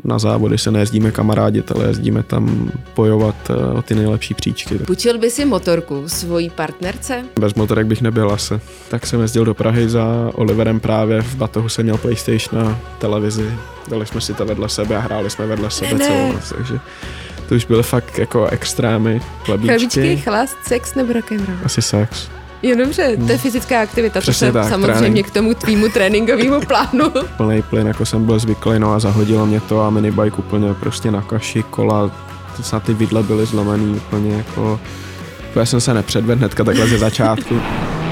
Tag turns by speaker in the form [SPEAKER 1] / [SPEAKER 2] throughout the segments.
[SPEAKER 1] na závody se nejezdíme kamarádit, ale jezdíme tam bojovat o ty nejlepší příčky.
[SPEAKER 2] Půjčil by si motorku svojí partnerce?
[SPEAKER 1] Bez motorek bych nebyl asi. Tak jsem jezdil do Prahy za Oliverem právě, v batohu jsem měl PlayStation na televizi, dali jsme si to vedle sebe a hráli jsme vedle sebe celou noc, takže to už byly fakt jako extrémy, chlebíčky.
[SPEAKER 2] Chlebíčky, chlast, sex nebo rock'n'roll?
[SPEAKER 1] Asi sex.
[SPEAKER 2] Jo, dobře, to je fyzická aktivita,
[SPEAKER 1] Přesně
[SPEAKER 2] to se
[SPEAKER 1] tak,
[SPEAKER 2] samozřejmě
[SPEAKER 1] trénink.
[SPEAKER 2] k tomu tvýmu tréninkovému plánu.
[SPEAKER 1] Plnej plyn, jako jsem byl zvyklý, no a zahodilo mě to a minibike úplně prostě na kaši, kola, to snad ty vidle byly zlomený úplně jako, já jsem se nepředvedl hnedka takhle ze začátku.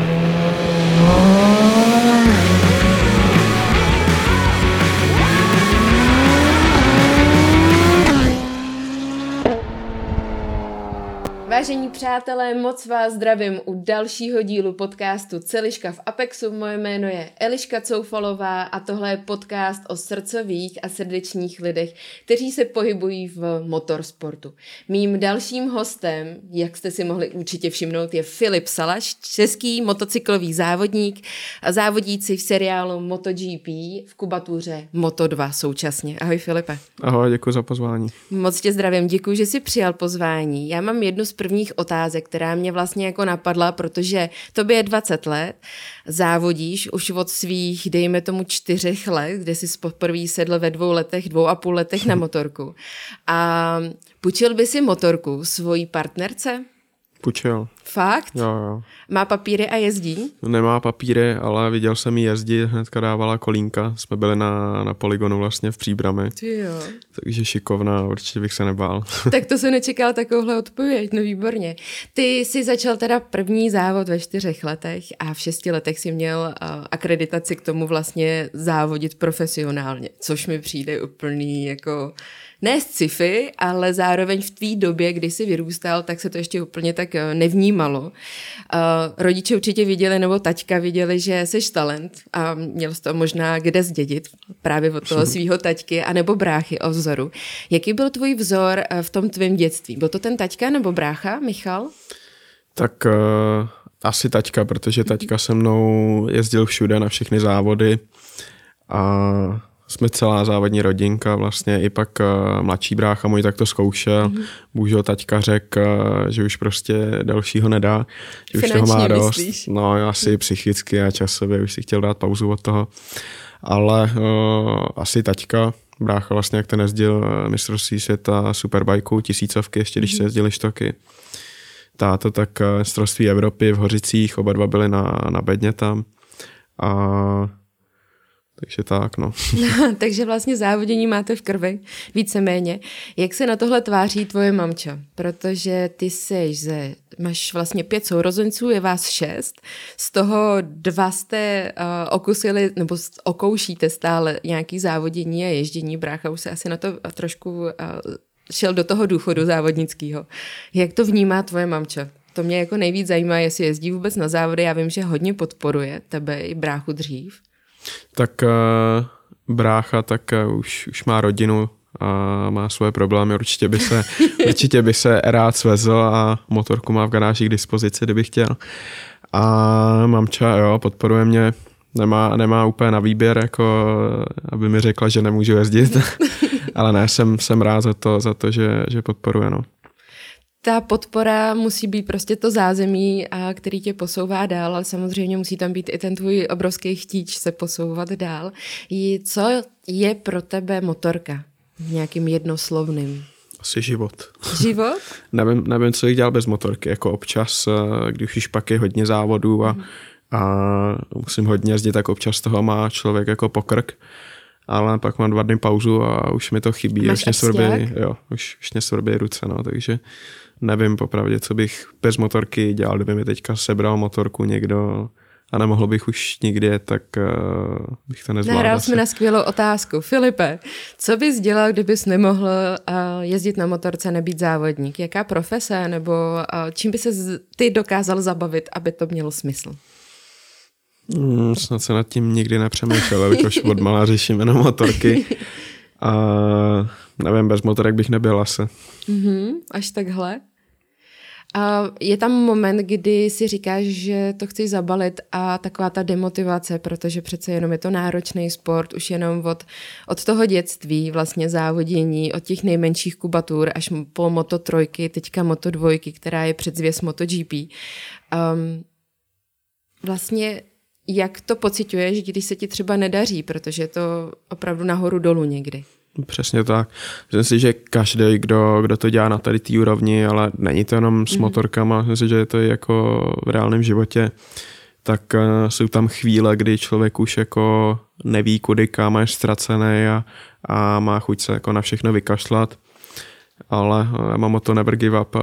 [SPEAKER 2] Vážení přátelé, moc vás zdravím u dalšího dílu podcastu Celiška v Apexu. Moje jméno je Eliška Coufalová a tohle je podcast o srdcových a srdečních lidech, kteří se pohybují v motorsportu. Mým dalším hostem, jak jste si mohli určitě všimnout, je Filip Salaš, český motocyklový závodník a závodící v seriálu MotoGP v kubatuře Moto2 současně. Ahoj Filipe.
[SPEAKER 1] Ahoj, děkuji za pozvání.
[SPEAKER 2] Moc tě zdravím, děkuji, že jsi přijal pozvání. Já mám jednu z prvních otázek, která mě vlastně jako napadla, protože tobě je 20 let, závodíš už od svých, dejme tomu 4 let, kde jsi poprvé sedl ve 2,5 letech na motorku. A půjčil by si motorku svojí partnerce?
[SPEAKER 1] Půjčil.
[SPEAKER 2] Fakt?
[SPEAKER 1] Jo.
[SPEAKER 2] Má papíry a jezdí?
[SPEAKER 1] Nemá papíry, ale viděl jsem ji jezdit, hnedka dávala kolínka. Jsme byli na poligonu vlastně v Příbrami.
[SPEAKER 2] Ty jo.
[SPEAKER 1] Takže šikovná, určitě bych se nebál.
[SPEAKER 2] Tak to se nečekal takovouhle odpověď, no výborně. Ty jsi začal teda první závod ve 4 letech a v 6 letech si měl akreditaci k tomu vlastně závodit profesionálně, což mi přijde úplný jako ne sci-fi, ale zároveň v tvý době, kdy jsi vyrůstal, tak se to ještě úplně tak nevnímalo. Rodiče určitě viděli, nebo taťka viděli, že jsi talent a měl jsi to možná kde zdědit právě od toho svého taťky, anebo bráchy o vzoru. Jaký byl tvůj vzor v tom tvém dětství? Byl to ten taťka nebo brácha, Michal?
[SPEAKER 1] Tak asi taťka, protože taťka se mnou jezdil všude na všechny závody a jsme celá závodní rodinka, vlastně i pak mladší brácha můj tak to zkoušel. Bohužel taťka řekl, že už prostě dalšího nedá, že už toho má dost. Myslíš? No asi psychicky a časově už si chtěl dát pauzu od toho. Ale asi taťka, brácha vlastně jak ten jezdil mistrovství světa superbajkou, 1000, ještě když se jezdili štoky. Táto tak mistrovství Evropy v Hořicích, oba dva byli na bedně tam. Takže tak, no.
[SPEAKER 2] Takže vlastně závodění máte v krvi, víceméně. Jak se na tohle tváří tvoje mamča? Protože ty máš vlastně 5 sourozenců, je vás 6, z toho 2 jste okusili, nebo okoušíte stále nějaký závodění a ježdění. Brácha už se asi na to trošku šel do toho důchodu závodnického. Jak to vnímá tvoje mamča? To mě jako nejvíc zajímá, jestli jezdí vůbec na závody. Já vím, že hodně podporuje tebe i bráchu dřív.
[SPEAKER 1] Tak brácha tak už má rodinu a má svoje problémy. Určitě by se rád svezl a motorku má v garáži k dispozici, kdyby chtěl. A mamča, jo, podporuje mě. Nemá úplně na výběr, jako aby mi řekla, že nemůžu jezdit. Ale ne, jsem rád za to, že podporuje, no.
[SPEAKER 2] Ta podpora musí být prostě to zázemí, který tě posouvá dál, ale samozřejmě musí tam být i ten tvůj obrovský chtíč se posouvat dál. Co je pro tebe motorka? Nějakým jednoslovným.
[SPEAKER 1] Asi život.
[SPEAKER 2] Život?
[SPEAKER 1] Nevím, co bych dělal bez motorky. Jako občas, když už pak je hodně závodů a musím hodně jezdit, tak občas toho má člověk jako pokrk. Ale pak mám 2 dny pauzu a už mi to chybí.
[SPEAKER 2] Máš
[SPEAKER 1] Už mě svrbí ruce, no, takže nevím popravdě, co bych bez motorky dělal, kdyby mi teďka sebral motorku někdo a nemohl bych už nikdy, tak bych to nezvládl.
[SPEAKER 2] Nahrál jsme na skvělou otázku. Filipe, co bys dělal, kdybys nemohl jezdit na motorce, nebýt závodník? Jaká profese nebo čím by se ty dokázal zabavit, aby to mělo smysl?
[SPEAKER 1] Snad se nad tím nikdy nepřemýšlel, jelikož od malá řeším jenom motorky. A nevím, bez motorek bych nebyl asi.
[SPEAKER 2] Až takhle. A je tam moment, kdy si říkáš, že to chceš zabalit a taková ta demotivace, protože přece jenom je to náročný sport, už jenom od toho dětství vlastně závodění, od těch nejmenších kubatur až po Moto3, teďka Moto2, která je předzvěst MotoGP. Vlastně jak to pociťuješ, když se ti třeba nedaří, protože je to opravdu nahoru dolů někdy?
[SPEAKER 1] Přesně tak. Myslím si, že každý, kdo to dělá na tady té úrovni, ale není to jenom s motorkama, myslím si, že je to jako v reálném životě, tak jsou tam chvíle, kdy člověk už jako neví kudy, kam je ztracený a má chuť se jako na všechno vykašlat, ale já mám o to never give up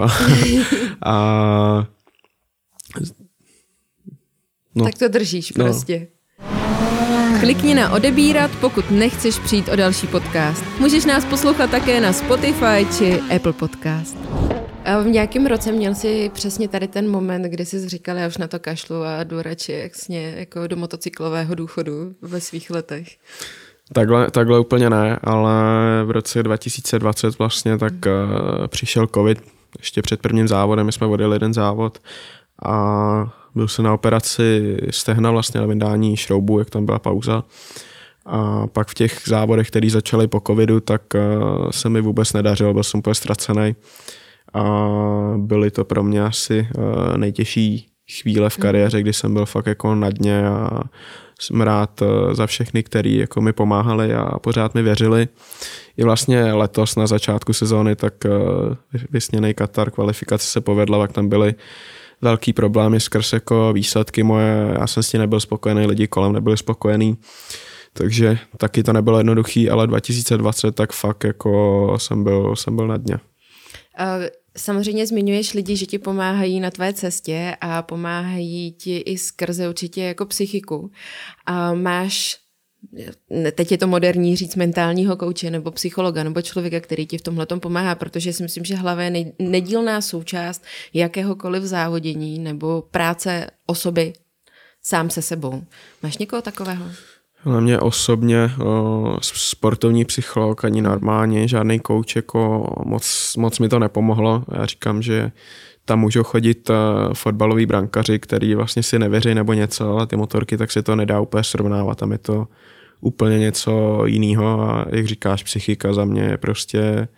[SPEAKER 1] no.
[SPEAKER 2] Tak to držíš prostě. Klikni na odebírat, pokud nechceš přijít o další podcast. Můžeš nás poslouchat také na Spotify či Apple Podcast. A v nějakém roce měl jsi přesně tady ten moment, kdy jsi říkal, já už na to kašlu a jdu radši jako do motocyklového důchodu ve svých letech.
[SPEAKER 1] Takhle úplně ne, ale v roce 2020 vlastně tak přišel covid, ještě před prvním závodem, my jsme odjeli jeden závod a byl jsem na operaci stehna vlastně na vyndání šroubu, jak tam byla pauza. A pak v těch závodech, které začaly po covidu, tak se mi vůbec nedařilo, byl jsem úplně ztracený. A byly to pro mě asi nejtěžší chvíle v kariéře, kdy jsem byl fakt jako na dně a jsem rád za všechny, kteří jako mi pomáhali a pořád mi věřili. I vlastně letos na začátku sezóny tak vysněnej Katar, kvalifikace se povedla, tak tam byly velký problémy skrz jako výsledky moje, já jsem s tím nebyl spokojený, lidi kolem nebyli spokojení, takže taky to nebylo jednoduchý, ale 2020 tak fakt jako jsem byl na dně.
[SPEAKER 2] Samozřejmě zmiňuješ lidi, že ti pomáhají na tvé cestě a pomáhají ti i skrze určitě jako psychiku. A máš, teď je to moderní říct, mentálního kouče nebo psychologa nebo člověka, který ti v tomhletom pomáhá, protože si myslím, že hlava je nedílná součást jakéhokoliv závodění nebo práce osoby sám se sebou. Máš někoho takového?
[SPEAKER 1] Na mě osobně sportovní psycholog ani normálně, žádný kouč, jako moc mi to nepomohlo. Já říkám, že tam můžou chodit fotbaloví brankaři, který vlastně si nevěří nebo něco, ale ty motorky tak se to nedá úplně srovnávat. Tam je to úplně něco jiného a jak říkáš, psychika za mě je prostě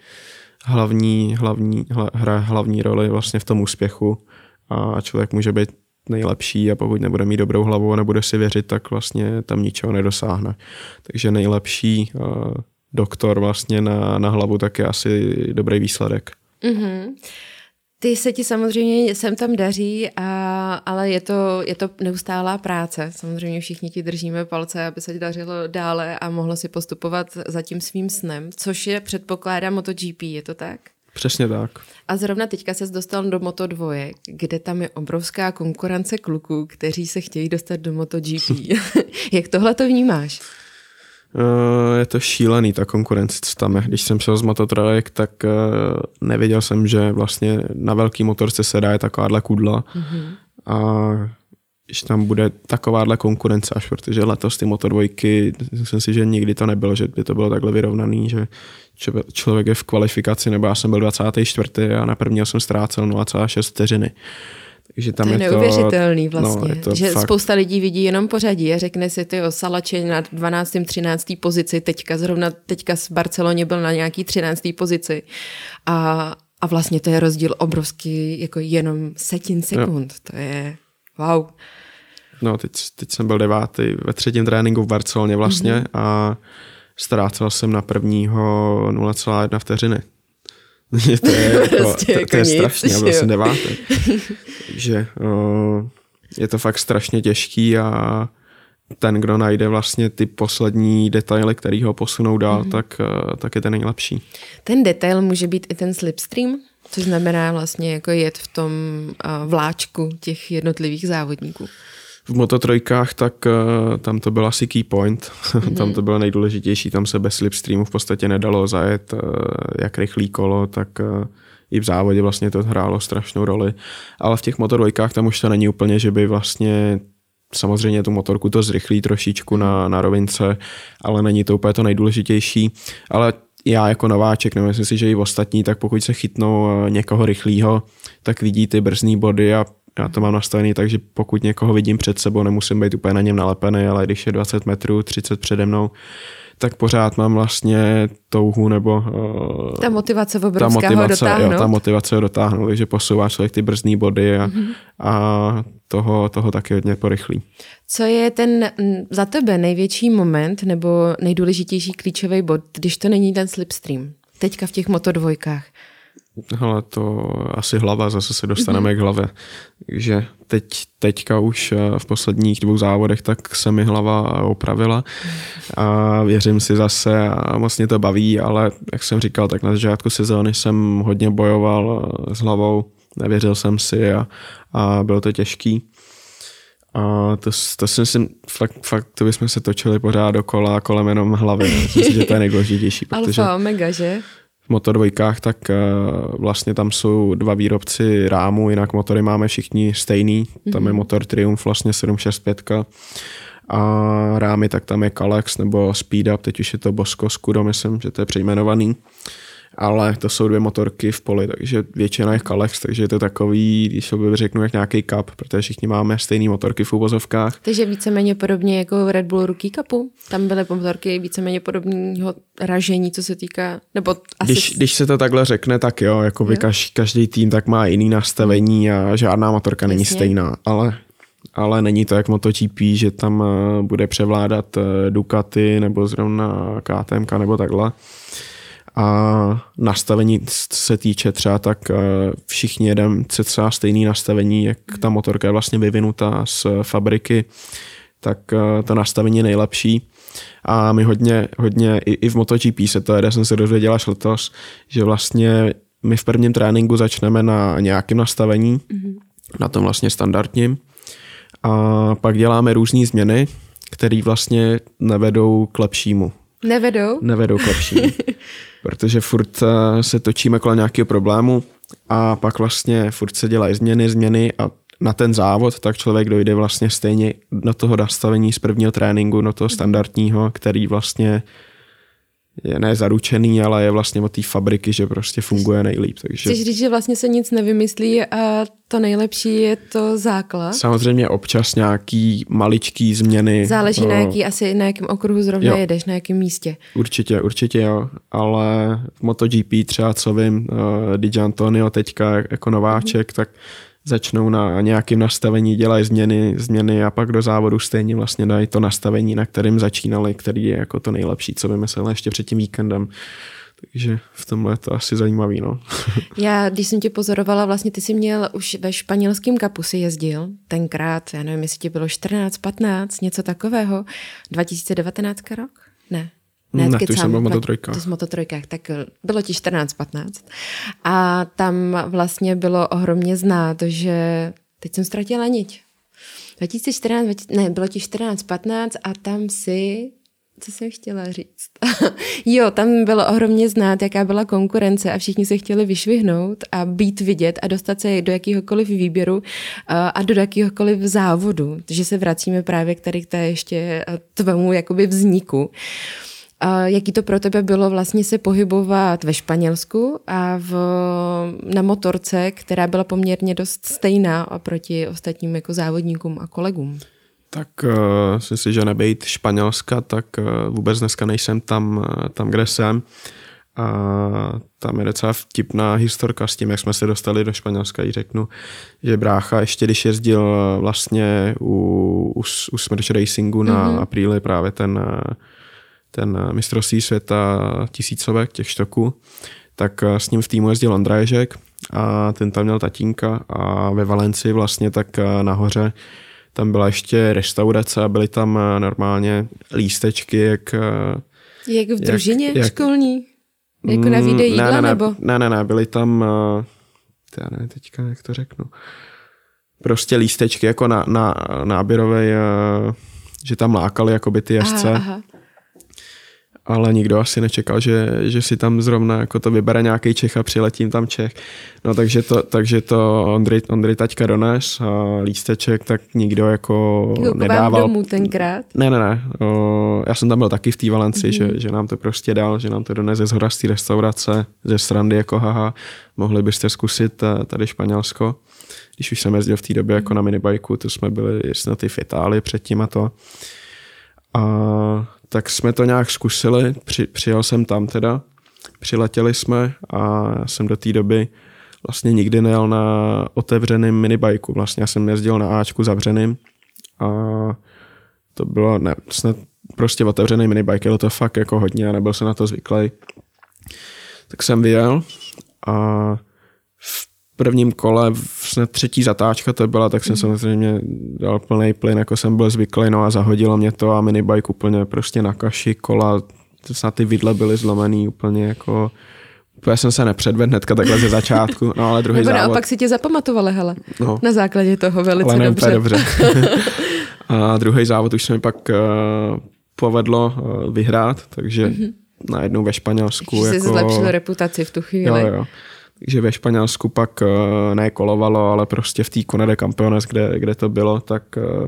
[SPEAKER 1] hlavní roli vlastně v tom úspěchu a člověk může být nejlepší a pokud nebude mít dobrou hlavu a nebude si věřit, tak vlastně tam ničeho nedosáhne. Takže nejlepší doktor vlastně na hlavu tak je asi dobrý výsledek. Mm-hmm.
[SPEAKER 2] Ty se ti samozřejmě sem tam daří, ale je to neustálá práce. Samozřejmě všichni ti držíme palce, aby se ti dařilo dále a mohlo si postupovat za tím svým snem, což je předpokládám MotoGP, je to tak?
[SPEAKER 1] Přesně tak.
[SPEAKER 2] A zrovna teďka ses dostal do Moto2, kde tam je obrovská konkurence kluků, kteří se chtějí dostat do MotoGP. Jak tohle to vnímáš?
[SPEAKER 1] Je to šílený, ta konkurence, co tam je. Když jsem šel z Moto3, tak nevěděl jsem, že vlastně na velký motorce se dá takováhle kudla. Mm-hmm. A když tam bude takováhle konkurence až, protože letos ty Moto2, myslím si, že nikdy to nebylo, že by to bylo takhle vyrovnaný, že člověk je v kvalifikaci, nebo já jsem byl 24. a na prvního jsem ztrácel 0,6 vteřiny. Takže tam
[SPEAKER 2] to je neuvěřitelný vlastně,
[SPEAKER 1] no,
[SPEAKER 2] že
[SPEAKER 1] fakt.
[SPEAKER 2] Spousta lidí vidí jenom pořadí a řekne si, tyjo, Salače na 12. 13. pozici, teďka v Barceloně byl na nějaký 13. pozici a vlastně to je rozdíl obrovský, jako jenom setin sekund, to je wow.
[SPEAKER 1] No, teď jsem byl 9. ve 3. tréninku v Barceloně vlastně a ztrácel jsem na prvního 0,1 vteřiny. To je strašně, já byl jsem 9. Takže je to fakt strašně těžký a ten, kdo najde vlastně ty poslední detaily, který ho posunou dál, tak je ten nejlepší.
[SPEAKER 2] Ten detail může být i ten slipstream, což znamená vlastně jako jet v tom vláčku těch jednotlivých závodníků.
[SPEAKER 1] V Moto3, tak tam to byl asi key point, tam to bylo nejdůležitější, tam se bez slipstreamu v podstatě nedalo zajet jak rychlý kolo, tak i v závodě vlastně to hrálo strašnou roli, ale v těch Moto2 tam už to není úplně, že by vlastně samozřejmě tu motorku to zrychlí trošičku na rovince, ale není to úplně to nejdůležitější, ale já jako nováček, nebo myslím si, že i ostatní, tak pokud se chytnou někoho rychlýho, tak vidí ty brzdní body a já to mám nastavený, takže pokud někoho vidím před sebou, nemusím být úplně na něm nalepený, ale když je 20 metrů, 30 přede mnou, tak pořád mám vlastně touhu nebo...
[SPEAKER 2] Ta motivace obrovská ho dotáhnout.
[SPEAKER 1] Jo, ta motivace ho dotáhnout, takže posouvá člověk ty brzdní body a toho taky hodně porychlí.
[SPEAKER 2] Co je ten za tebe největší moment nebo nejdůležitější klíčový bod, když to není ten slipstream? Teďka v těch Moto2.
[SPEAKER 1] Hele, to asi hlava, zase se dostaneme k hlavě. Takže teďka už v posledních 2 závodech tak se mi hlava opravila a věřím si zase a moc mě to baví, ale jak jsem říkal, tak na začátku sezóny jsem hodně bojoval s hlavou, nevěřil jsem si a bylo to těžký. A to si myslím, fakt to bychom se točili pořád dokola kolem jenom hlavy. Myslím si, že to je nejdůležitější.
[SPEAKER 2] Alfa omega, že?
[SPEAKER 1] V Moto2, tak vlastně tam jsou 2 výrobci rámů, jinak motory máme všichni stejný. Tam je motor Triumph vlastně 765 a rámy, tak tam je Kalex nebo Speed Up, teď už je to Bosco Scudo, myslím, že to je přejmenovaný. Ale to jsou 2 motorky v poli, takže většina je Kalex, takže je to takový, když by řeknu, jak nějaký cup, protože všichni máme stejné motorky v uvozovkách.
[SPEAKER 2] Takže víceméně podobně jako Red Bull Rookie Cupu? Tam byly motorky víceméně podobného ražení, co se týká, nebo asi...
[SPEAKER 1] Když se to takhle řekne, tak jo, jakoby každý tým tak má jiný nastavení a žádná motorka není stejná, ale není to jak MotoGP, že tam bude převládat Ducati nebo zrovna KTM nebo takhle. A nastavení se týče třeba, tak všichni jedeme třeba stejný nastavení, jak ta motorka je vlastně vyvinutá z fabriky, tak to nastavení je nejlepší. A my hodně i v MotoGP se to jede, jsem se dozvěděl až letos, že vlastně my v prvním tréninku začneme na nějakém nastavení, na tom vlastně standardním, a pak děláme různé změny, které vlastně nevedou k lepšímu. Nevedou k lepšímu. Protože furt se točíme kolem nějakého problému a pak vlastně furt se dělají změny a na ten závod tak člověk dojde vlastně stejně do toho nastavení z prvního tréninku, do toho standardního, který vlastně je nezaručený, ale je vlastně od té fabriky, že prostě funguje nejlíp. Takže...
[SPEAKER 2] Chceš říct, že vlastně se nic nevymyslí a to nejlepší je to základ?
[SPEAKER 1] Samozřejmě občas nějaký maličký změny.
[SPEAKER 2] Záleží na jakém okruhu zrovna jedeš, na jakém místě.
[SPEAKER 1] Určitě jo, ale v MotoGP třeba, co vím, Di Giannantonio teďka jako nováček, tak začnou na nějakém nastavení, dělají změny a pak do závodu stejně vlastně dají to nastavení, na kterým začínali, který je jako to nejlepší, co vymysleli ještě před tím víkendem. Takže v tomhle je to asi zajímavý, no.
[SPEAKER 2] Já, když jsem tě pozorovala, vlastně ty jsi měl už ve španělském kapu si jezdil, tenkrát, já nevím, jestli ti bylo 14, 15, něco takového, 2019 rok? Ne,
[SPEAKER 1] to už jsem byl v Moto3.
[SPEAKER 2] To v Moto3, tak bylo ti 14-15. A tam vlastně bylo ohromně znát, že teď jsem ztratila niť. 2014, bylo ti 14-15 a tam si, co jsem chtěla říct? Jo, tam bylo ohromně znát, jaká byla konkurence a všichni se chtěli vyšvihnout a být vidět a dostat se do jakýhokoliv výběru a do jakýhokoliv závodu. Takže se vracíme právě k tady k té ještě tvému jakoby vzniku. Jaký to pro tebe bylo vlastně se pohybovat ve Španělsku a na motorce, která byla poměrně dost stejná oproti ostatním jako závodníkům a kolegům?
[SPEAKER 1] Tak myslím si, že nebejt Španělska, tak vůbec dneska nejsem tam, kde jsem. A tam je docela vtipná historka s tím, jak jsme se dostali do Španělska. I řeknu, že brácha ještě když jezdil vlastně u Smrč Racingu na Apríli právě ten mistrovství světa tisícovek, těch štoků, tak s ním v týmu jezdil Ondra Ježek a ten tam měl tatínka a ve Valencii vlastně tak nahoře tam byla ještě restaurace a byly tam normálně lístečky, jak
[SPEAKER 2] v družině školní? Jako na výdej jídla, nebo?
[SPEAKER 1] Ne, byly tam, já nevím teďka, jak to řeknu, prostě lístečky jako na náběrovej, že tam lákali jakoby ty jezdce.
[SPEAKER 2] Aha.
[SPEAKER 1] ale nikdo asi nečekal, že si tam zrovna jako to vybere nějaký Čech a přiletím tam Čech. No takže to Ondry taťka dones a lísteček, tak nikdo jako nedával.
[SPEAKER 2] Domů tenkrát?
[SPEAKER 1] Ne. Já jsem tam byl taky v té Valencii, že nám to prostě dal, že nám to dones ze zhora z té restaurace, ze srandy jako haha, mohli byste zkusit tady Španělsko. Když už jsem jezdil v té době jako na minibajku, to jsme byli snad i v Itálii předtím a to. A tak jsme to nějak zkusili, přijel jsem tam teda, přiletěli jsme a já jsem do té doby vlastně nikdy nejel na otevřeným minibajku. Vlastně já jsem jezdil na Ačku zavřeným a to bylo snad prostě otevřený minibajk, ale to fakt jako hodně a nebyl jsem na to zvyklý. Tak jsem vyjel a v prvním kole, snad třetí zatáčka to byla, tak jsem samozřejmě dal plný plyn, jako jsem byl zvyklý, no a zahodilo mě to a minibike úplně prostě na kaši, kola, snad ty vidle byly zlomený úplně jako, úplně jsem se nepředvedl hnedka takhle ze začátku, no ale druhý závod.
[SPEAKER 2] Naopak si tě zapamatovali, hele, no, na základě toho velice
[SPEAKER 1] ale
[SPEAKER 2] dobře.
[SPEAKER 1] A druhý závod už se mi pak povedlo vyhrát, takže najednou ve Španělsku.
[SPEAKER 2] Takže jsi zlepšil reputaci v tu chvíli.
[SPEAKER 1] Jo. Takže ve Španělsku pak ne kolovalo, ale prostě v té Cuna de Campeones, kde to bylo, tak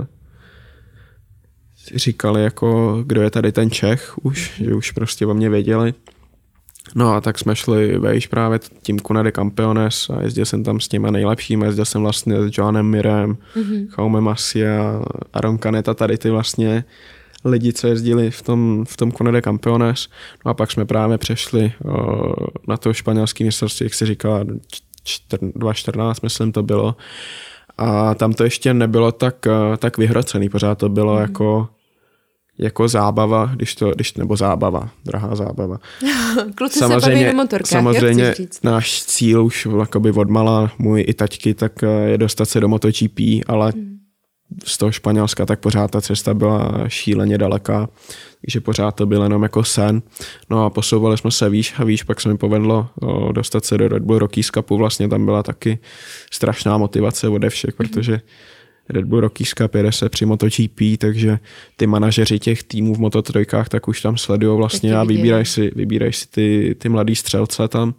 [SPEAKER 1] říkali jako, kdo je tady ten Čech už, že už prostě o mě věděli. No a tak jsme šli vejš právě tím Cuna de Campeones a jezdil jsem tam s těma nejlepšími, jezdil jsem vlastně s Joanem Mirem, Jaume Masia, Aaron Canet, tady ty vlastně lidi, co jezdili v tom Cuna de Campeones. No a pak jsme právě přešli na to španělské mistrovství, jak se říká, 2014, myslím to bylo. A tam to ještě nebylo tak vyhrocený, pořád to bylo jako zábava, nebo zábava, drahá zábava.
[SPEAKER 2] Kluci se baví na motorkách,
[SPEAKER 1] samozřejmě náš cíl už jakoby odmala, můj i taťky, tak je dostat se do MotoGP, ale z toho Španělska, tak pořád ta cesta byla šíleně daleká, takže pořád to byl jenom jako sen. No a posouvali jsme se výš a výš, pak se mi povedlo dostat se do Red Bull Rockies Cupu, vlastně tam byla taky strašná motivace ode všech, protože Red Bull Rockies Cup jede se při MotoGP, takže ty manažeři těch týmů v Moto3 tak už tam sledují vlastně a vybírají si ty mladý střelce tam.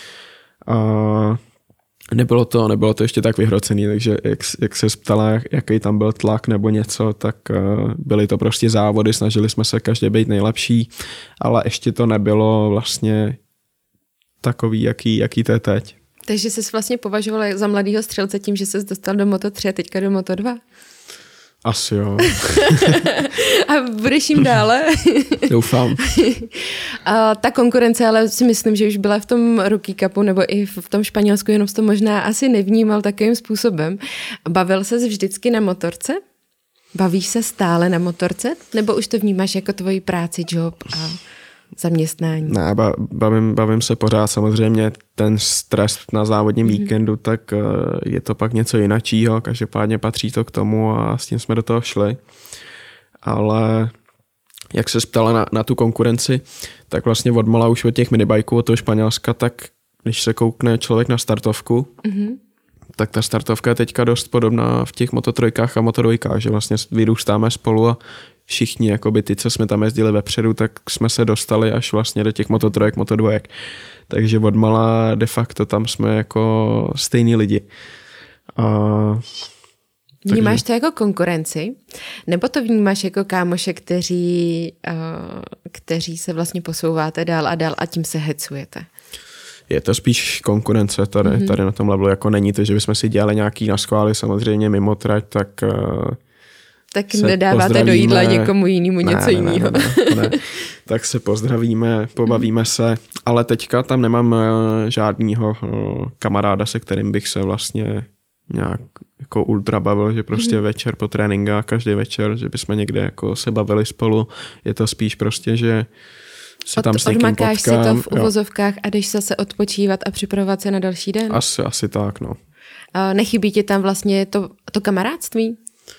[SPEAKER 1] A nebylo to ještě tak vyhrocený, takže jak se ptala, jaký tam byl tlak nebo něco, tak byly to prostě závody, snažili jsme se každý být nejlepší, ale ještě to nebylo vlastně takový, jaký to je teď.
[SPEAKER 2] Takže jsi vlastně považoval za mladýho střelce tím, že jsi dostal do Moto3 a teďka do Moto2?
[SPEAKER 1] Asi jo.
[SPEAKER 2] A budeš jim dále?
[SPEAKER 1] Doufám.
[SPEAKER 2] A ta konkurence, ale si myslím, že už byla v tom Rookie Cupu nebo i v tom Španělsku, jenom to možná asi nevnímal takovým způsobem. Bavil ses vždycky na motorce? Bavíš se stále na motorce? Nebo už to vnímáš jako tvoji práci, job a zaměstnání?
[SPEAKER 1] Ne, bavím se pořád. Samozřejmě ten stres na závodním víkendu, tak je to pak něco jinačího. Každopádně patří to k tomu a s tím jsme do toho šli. Ale jak se ptala na tu konkurenci, tak vlastně odmala už od těch minibajků od toho Španělska, tak když se koukne člověk na startovku, tak ta startovka je teďka dost podobná v těch Moto3 a Moto2, že vlastně vyrůstáme spolu a všichni, jakoby ty, co jsme tam jezdili vepředu, tak jsme se dostali až vlastně do těch Moto3, Moto2. Takže odmala de facto tam jsme jako stejní lidi.
[SPEAKER 2] Vnímáš to jako konkurenci? Nebo to vnímáš jako kámoše, kteří se vlastně posouváte dál a dál a tím se hecujete?
[SPEAKER 1] Je to spíš konkurence tady na tom levelu, jako není to, že bychom si dělali nějaký naschvály samozřejmě mimo trať, tak
[SPEAKER 2] nedáváte do jídla někomu jinému něco jiného.
[SPEAKER 1] Ne. Tak se pozdravíme, pobavíme se, ale teďka tam nemám žádnýho kamaráda, se kterým bych se vlastně nějak jako ultra bavil, že prostě večer po tréninkách, každý večer, že bychom někde jako se bavili spolu. Je to spíš prostě, že se tam s někým potkám.
[SPEAKER 2] Odmakáš si to v uvozovkách a jdeš se připravovat a připravovat se na další den?
[SPEAKER 1] Asi tak, no.
[SPEAKER 2] Nechybí ti tam vlastně to kamarádství?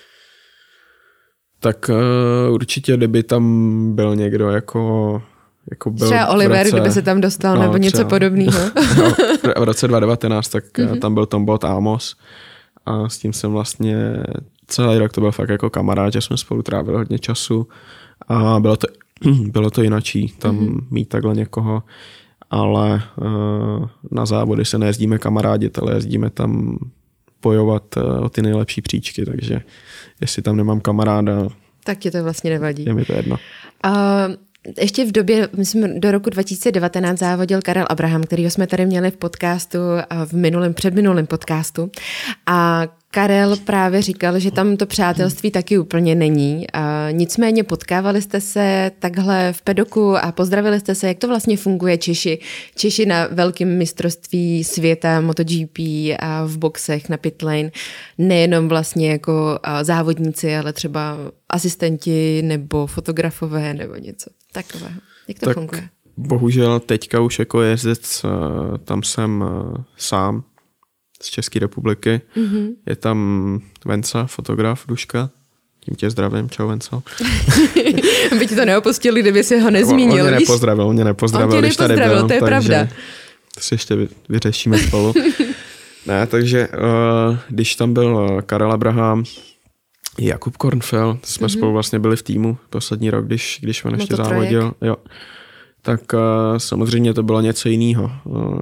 [SPEAKER 1] Tak určitě, kdyby tam byl někdo jako byl
[SPEAKER 2] třeba Oliver, kdyby se tam dostal, nebo něco podobného.
[SPEAKER 1] V roce 2019 tak tam byl Tom Bot Amos a s tím jsem vlastně celý rok to byl fakt jako kamarád, že jsme spolu trávili hodně času a bylo to bylo to jinačí, tam mít takhle někoho, ale na závody se nejezdíme kamarádit, ale jezdíme tam bojovat o ty nejlepší příčky, takže jestli tam nemám kamaráda,
[SPEAKER 2] tak ti to vlastně nevadí.
[SPEAKER 1] Je mi to jedno.
[SPEAKER 2] Ještě v době, myslím, do roku 2019 závodil Karel Abraham, kterýho jsme tady měli v podcastu, předminulém podcastu. A Karel právě říkal, že tam to přátelství taky úplně není. Nicméně potkávali jste se takhle v pedoku a pozdravili jste se, jak to vlastně funguje Češi na velkém mistrovství světa MotoGP a v boxech na pitlane. Nejenom vlastně jako závodníci, ale třeba asistenti nebo fotografové nebo něco takového. Jak to funguje?
[SPEAKER 1] Bohužel teďka už jako jezdec tam jsem sám z České republiky. Je tam Venca, fotograf, Duška. Tím tě zdravím, čau Venco.
[SPEAKER 2] By ti to neopustili, kdyby si ho nezmínil.
[SPEAKER 1] On mě nepozdravil, když tady byl.
[SPEAKER 2] To je pravda.
[SPEAKER 1] To si ještě vyřešíme spolu. Ne, takže když tam byl Karel Abraham, Jakub Kornfeld, jsme spolu vlastně byli v týmu poslední rok, když on ještě závodil. Jo. Tak samozřejmě to bylo něco jiného.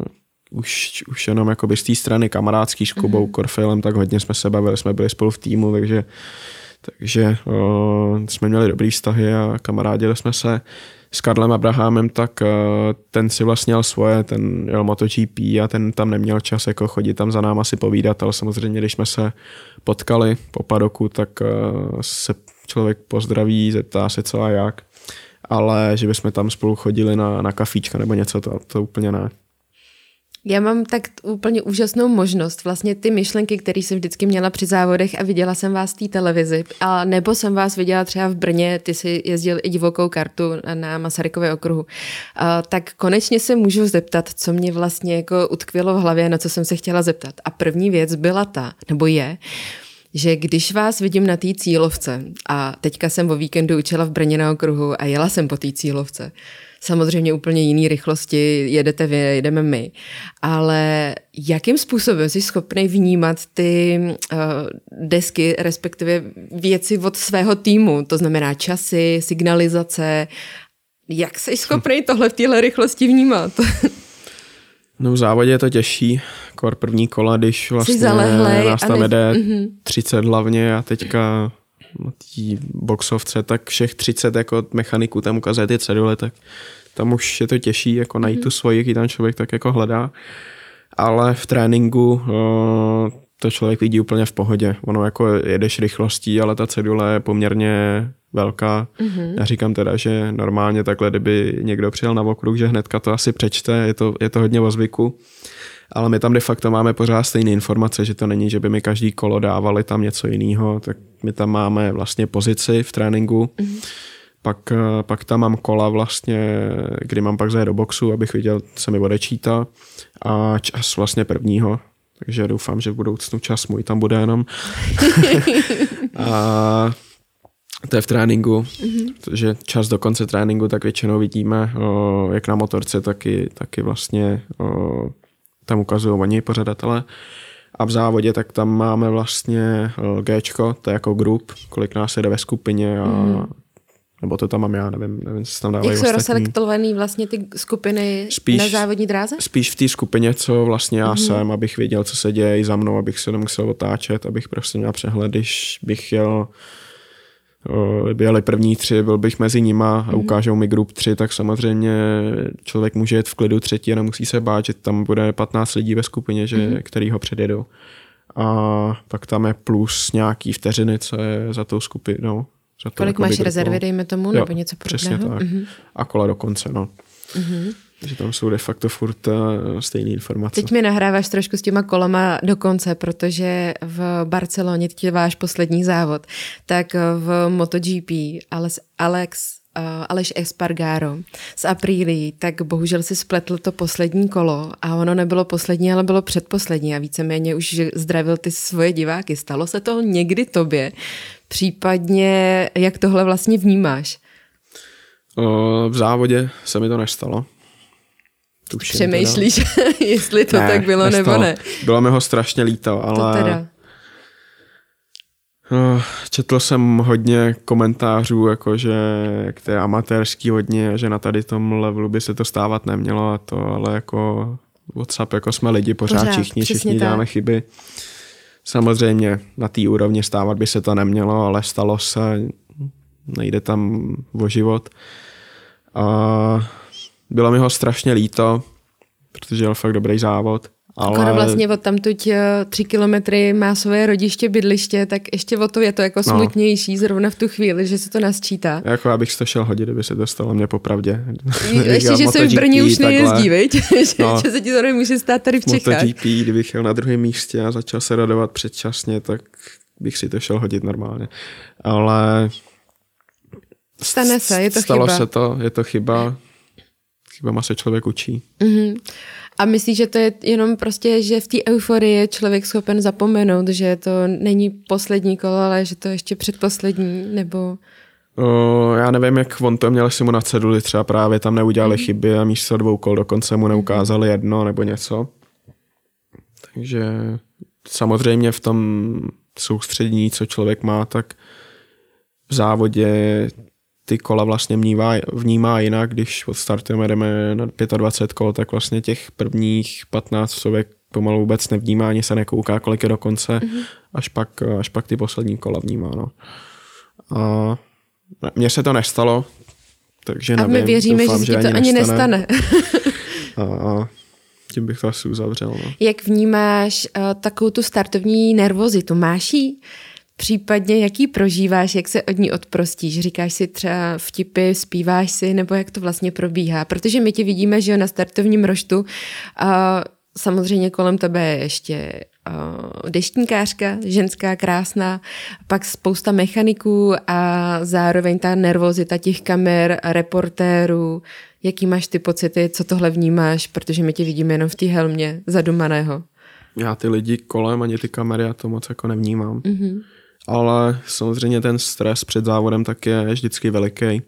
[SPEAKER 1] Už jenom jakoby z té strany kamarádský s Kubou Korfelem, tak hodně jsme se bavili, jsme byli spolu v týmu, takže jsme měli dobrý vztahy a kamarádili jsme se. S Karlem Abrahamem, tak ten si vlastně jel svoje, ten jel MotoGP a ten tam neměl čas jako chodit tam za náma si povídat, ale samozřejmě, když jsme se potkali po padoku, tak se člověk pozdraví, zeptá se co a jak, ale že bychom tam spolu chodili na kafíčka nebo něco, to úplně ne.
[SPEAKER 2] Já mám tak úplně úžasnou možnost, vlastně ty myšlenky, které jsem vždycky měla při závodech a viděla jsem vás v té televizi, a nebo jsem vás viděla třeba v Brně, ty jsi jezdil i divokou kartu na Masarykově okruhu, tak konečně se můžu zeptat, co mě vlastně jako utkvělo v hlavě, na co jsem se chtěla zeptat. A první věc byla že když vás vidím na té cílovce, a teďka jsem o víkendu učila v Brně na okruhu a jela jsem po té cílovce, samozřejmě úplně jiný rychlosti, jedete vy, jedeme my, ale jakým způsobem jsi schopný vnímat ty desky, respektive věci od svého týmu, to znamená časy, signalizace, jak jsi schopný tohle v téhle rychlosti vnímat?
[SPEAKER 1] No v závodě je to těžší, kor první kola, když vlastně nás tam jede 30 hlavně a teďka na té boxovce, tak všech 30 jako mechaniků tam ukazuje ty cedule, tak tam už je to těžší jako najít tu svoji, jaký tam člověk tak jako hledá, ale v tréninku to člověk vidí úplně v pohodě. Ono jako jedeš rychlostí, ale ta cedule je poměrně velká. Já říkám teda, že normálně takhle, kdyby někdo přijel na okruh, že hnedka to asi přečte, je to hodně o zvyku. Ale my tam de facto máme pořád stejné informace, že to není, že by mi každý kolo dávali tam něco jiného, tak my tam máme vlastně pozici v tréninku, pak tam mám kola vlastně, kdy mám pak zajet do boxu, abych viděl, co mi odečítá a čas vlastně prvního, takže doufám, že v budoucnu čas můj tam bude jenom. A to je v tréninku, protože čas do konce tréninku tak většinou vidíme, jak na motorce, taky vlastně tam ukazují oni pořadatelé. A v závodě tak tam máme vlastně Gčko, to je jako grup, kolik nás jede ve skupině a nebo to tam mám já, nevím, co tam dávají
[SPEAKER 2] ostatní. Jak jsou rozselektovaný vlastně ty skupiny na závodní dráze? Spíš
[SPEAKER 1] v té skupině, co vlastně já jsem, abych věděl, co se děje i za mnou, abych se nemusel otáčet, abych prostě měl přehled, když bych byli první 3, byl bych mezi nima a ukážou mi grup 3, tak samozřejmě člověk může jet v klidu třetí a nemusí se bát, že tam bude 15 lidí ve skupině, který ho předjedou. A pak tam je plus nějaký vteřiny, co je za tou skupinou.
[SPEAKER 2] Kolik máš rezervy, dejme tomu, nebo něco podobného?
[SPEAKER 1] Přesně tak. A kola do konce, no. Takže tam jsou de facto furt stejné informace.
[SPEAKER 2] Teď mi nahráváš trošku s těma kolama do konce, protože v Barceloně teď je váš poslední závod. Tak v MotoGP Aleš Espargaro z Aprilia, tak bohužel si spletl to poslední kolo a ono nebylo poslední, ale bylo předposlední a víceméně už zdravil ty svoje diváky. Stalo se to někdy tobě? Případně jak tohle vlastně vnímáš?
[SPEAKER 1] V závodě se mi to nestalo.
[SPEAKER 2] Tuším, přemýšlíš, jestli to tak bylo, nestalo. Nebo ne?
[SPEAKER 1] Bylo mi ho strašně líto, ale Četl jsem hodně komentářů, jakože k té amatérský hodně, že na tady tom levelu by se to stávat nemělo a to, ale jako WhatsApp, jako jsme lidi pořád všichni děláme chyby. Samozřejmě na té úrovni stávat by se to nemělo, ale stalo se, nejde tam o život. A bylo mi ho strašně líto, protože byl fakt dobrý závod.
[SPEAKER 2] Ale vlastně od tamtuť 3 kilometry má svoje rodiště, bydliště, tak ještě o to je to jako smutnější zrovna v tu chvíli, že se to nasčítá.
[SPEAKER 1] Jako abych to šel hodit, kdyby se to stalo mě popravdě.
[SPEAKER 2] Ještě, že se v Brně už nejezdí, viď? Že se ti to nemůže stát tady v Čechách.
[SPEAKER 1] MotoGP, kdybych jel na druhém místě a začal se radovat předčasně, tak bych si to šel hodit normálně. Ale
[SPEAKER 2] stane se, je to
[SPEAKER 1] stalo
[SPEAKER 2] chyba.
[SPEAKER 1] Se to, je to chyba. Chybama se člověk učí.
[SPEAKER 2] Mm-hmm. A myslíš, že to je jenom prostě, že v té euforii je člověk schopen zapomenout, že to není poslední kolo, ale že to je ještě předposlední, nebo...
[SPEAKER 1] Já nevím, jak on to měl, jestli mu naceduli, třeba právě tam neudělali chyby a místo 2 kol dokonce mu neukázali 1 nebo něco. Takže samozřejmě v tom soustředění, co člověk má, tak v závodě ty kola vlastně vnímá jinak, když odstartujeme, jdeme na 25 kol, tak vlastně těch prvních 15 člověk pomalu vůbec nevnímá, ani se nekouká, kolik je do konce, až pak ty poslední kola vnímá. No. A mně se to nestalo, takže nevím.
[SPEAKER 2] A my věříme, doufám, že se to ani nestane.
[SPEAKER 1] A tím bych to asi uzavřel. No.
[SPEAKER 2] Jak vnímáš takovou tu startovní nervozitu? Máš ji? Případně jaký prožíváš, jak se od ní odprostíš? Říkáš si třeba vtipy, zpíváš si, nebo jak to vlastně probíhá? Protože my tě vidíme, že na startovním roštu samozřejmě kolem tebe je ještě deštníkářka, ženská, krásná, pak spousta mechaniků a zároveň ta nervozita těch kamer, reportérů. Jaký máš ty pocity, co tohle vnímáš? Protože my tě vidíme jenom v té helmě zadumaného.
[SPEAKER 1] Já ty lidi kolem, ani ty kamery, já to moc jako nevnímám. Mm-hmm. Ale samozřejmě ten stres před závodem tak je vždycky veliký.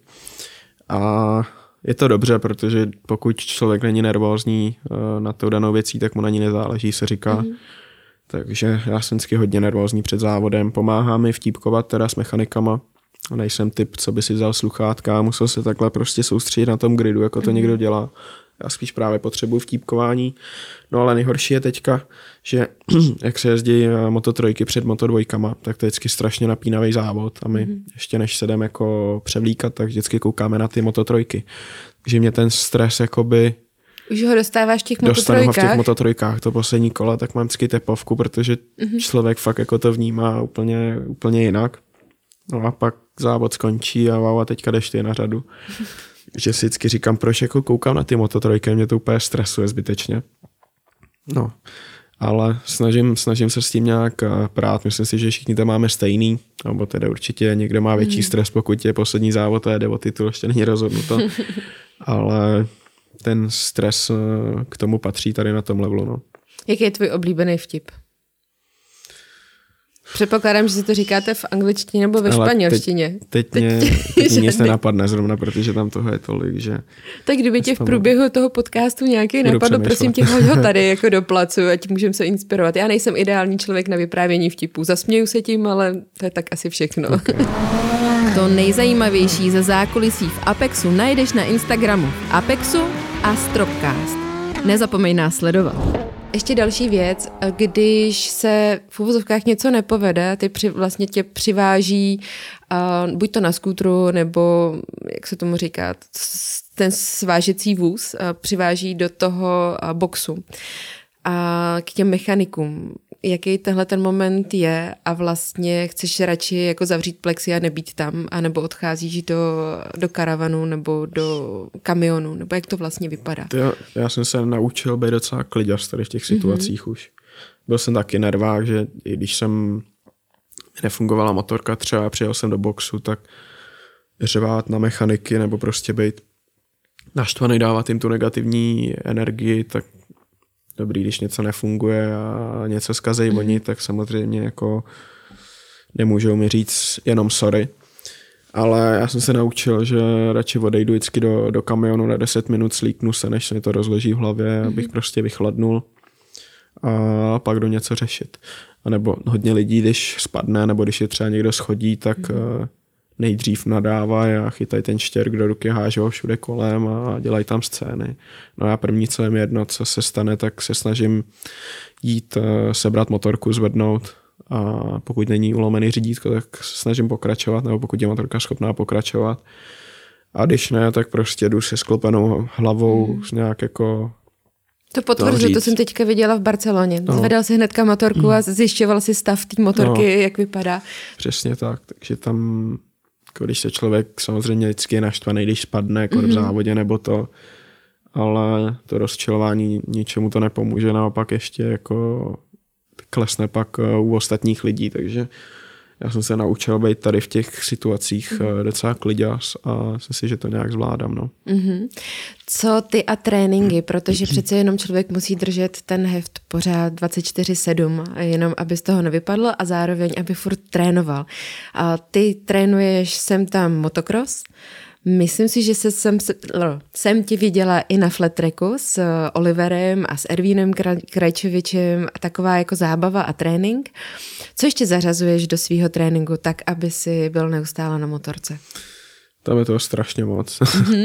[SPEAKER 1] A je to dobře, protože pokud člověk není nervózní na tou danou věcí, tak mu na ní nezáleží, se říká. Mm-hmm. Takže já jsem vždycky hodně nervózní před závodem. Pomáhá mi vtípkovat teda s mechanikama. Nejsem typ, co by si vzal sluchátka a musel se takhle prostě soustředit na tom gridu, jako to někdo dělá. Já spíš právě potřebuji vtípkování. No ale nejhorší je teďka, že jak se jezdí Moto3 před Moto2, tak to je vždycky strašně napínavý závod a my ještě než se jdeme jako převlíkat, tak vždycky koukáme na ty Moto3. Takže mě ten stres jakoby...
[SPEAKER 2] Už ho dostáváš v těch Moto3?
[SPEAKER 1] Dostanu ho v těch Moto3, to poslední kola, tak mám vždycky tepovku, protože člověk fakt jako to vnímá úplně jinak. No a pak závod skončí a wow, a teďka jdeš ty na řadu. Že si vždycky říkám, proč jako koukám na ty Moto3, mě to úplně stresuje zbytečně. No, ale snažím se s tím nějak prát. Myslím si, že všichni tam máme stejný, nebo teda určitě někdo má větší stres, pokud je poslední závod a jde o titul, ještě není rozhodnuto. Ale ten stres k tomu patří tady na tom levelu. No.
[SPEAKER 2] Jaký je tvůj oblíbený vtip? Předpokládám, že si to říkáte v angličtině nebo ve španělštině.
[SPEAKER 1] Teď mě nic nenapadne zrovna, protože tam toho je tolik, že...
[SPEAKER 2] Tak kdyby tě v průběhu toho podcastu nějaký napadl, prosím tě, hoď ho tady jako do placu, ať můžeme se inspirovat. Já nejsem ideální člověk na vyprávění vtipů. Zasměju se tím, ale to je tak asi všechno. Okay. To nejzajímavější ze zákulisí v Apexu najdeš na Instagramu Apexu a Stropcast. Nezapomeň nás sledovat. Ještě další věc, když se v uvozovkách něco nepovede, vlastně tě přiváží buď to na skútru, nebo jak se tomu říká, ten svážecí vůz přiváží do toho boxu a k těm mechanikům. Jaký tenhle ten moment je a vlastně chceš radši jako zavřít plexi a nebýt tam, anebo odcházíš do karavanu nebo do kamionu, nebo jak to vlastně vypadá?
[SPEAKER 1] Já jsem se naučil být docela kliďař tady v těch situacích už. Byl jsem taky nervák, že i když jsem nefungovala motorka třeba, přijel jsem do boxu, tak řvát na mechaniky nebo prostě být naštvaný, dávat jim tu negativní energii, tak dobrý, když něco nefunguje a něco zkazejí oni, tak samozřejmě jako nemůžou mi říct jenom sorry. Ale já jsem se naučil, že radši odejdu vždycky do kamionu na 10 minut, slíknu se, než se mi to rozloží v hlavě, abych prostě vychladnul. a pak jdu něco řešit. A nebo hodně lidí, když spadne, nebo když je třeba někdo schodí, tak nejdřív nadávají a chytají ten štěrk do ruky, hážou všude kolem a dělají tam scény. No já první, co je mi jedno, co se stane, tak se snažím jít sebrat motorku, zvednout a pokud není ulomený řídítko, tak se snažím pokračovat, nebo pokud je motorka schopná pokračovat. A když ne, tak prostě jdu se sklopenou hlavou nějak jako...
[SPEAKER 2] To potvrzuji, to jsem teďka viděla v Barceloně. No. Zvedal si hnedka motorku a zjišťoval si stav té motorky, jak vypadá.
[SPEAKER 1] Přesně tak, takže tam, když se člověk samozřejmě vždycky je naštvaný, když spadne jako v závodě nebo to, ale to rozčilování ničemu to nepomůže, naopak ještě jako klesne pak u ostatních lidí, takže já jsem se naučil být tady v těch situacích docela kliďas a myslím si, že to nějak zvládám. No.
[SPEAKER 2] Co ty a tréninky, protože přece jenom člověk musí držet ten heft pořád 24/7, jenom aby z toho nevypadlo a zároveň, aby furt trénoval. A ty trénuješ sem tam motocross. Myslím si, že jsem ti viděla i na flat tracku s Oliverem a s Ervínem Krajčovičem a taková jako zábava a trénink. Co ještě zařazuješ do svýho tréninku tak, aby si byl neustále na motorce?
[SPEAKER 1] Tam je toho strašně moc.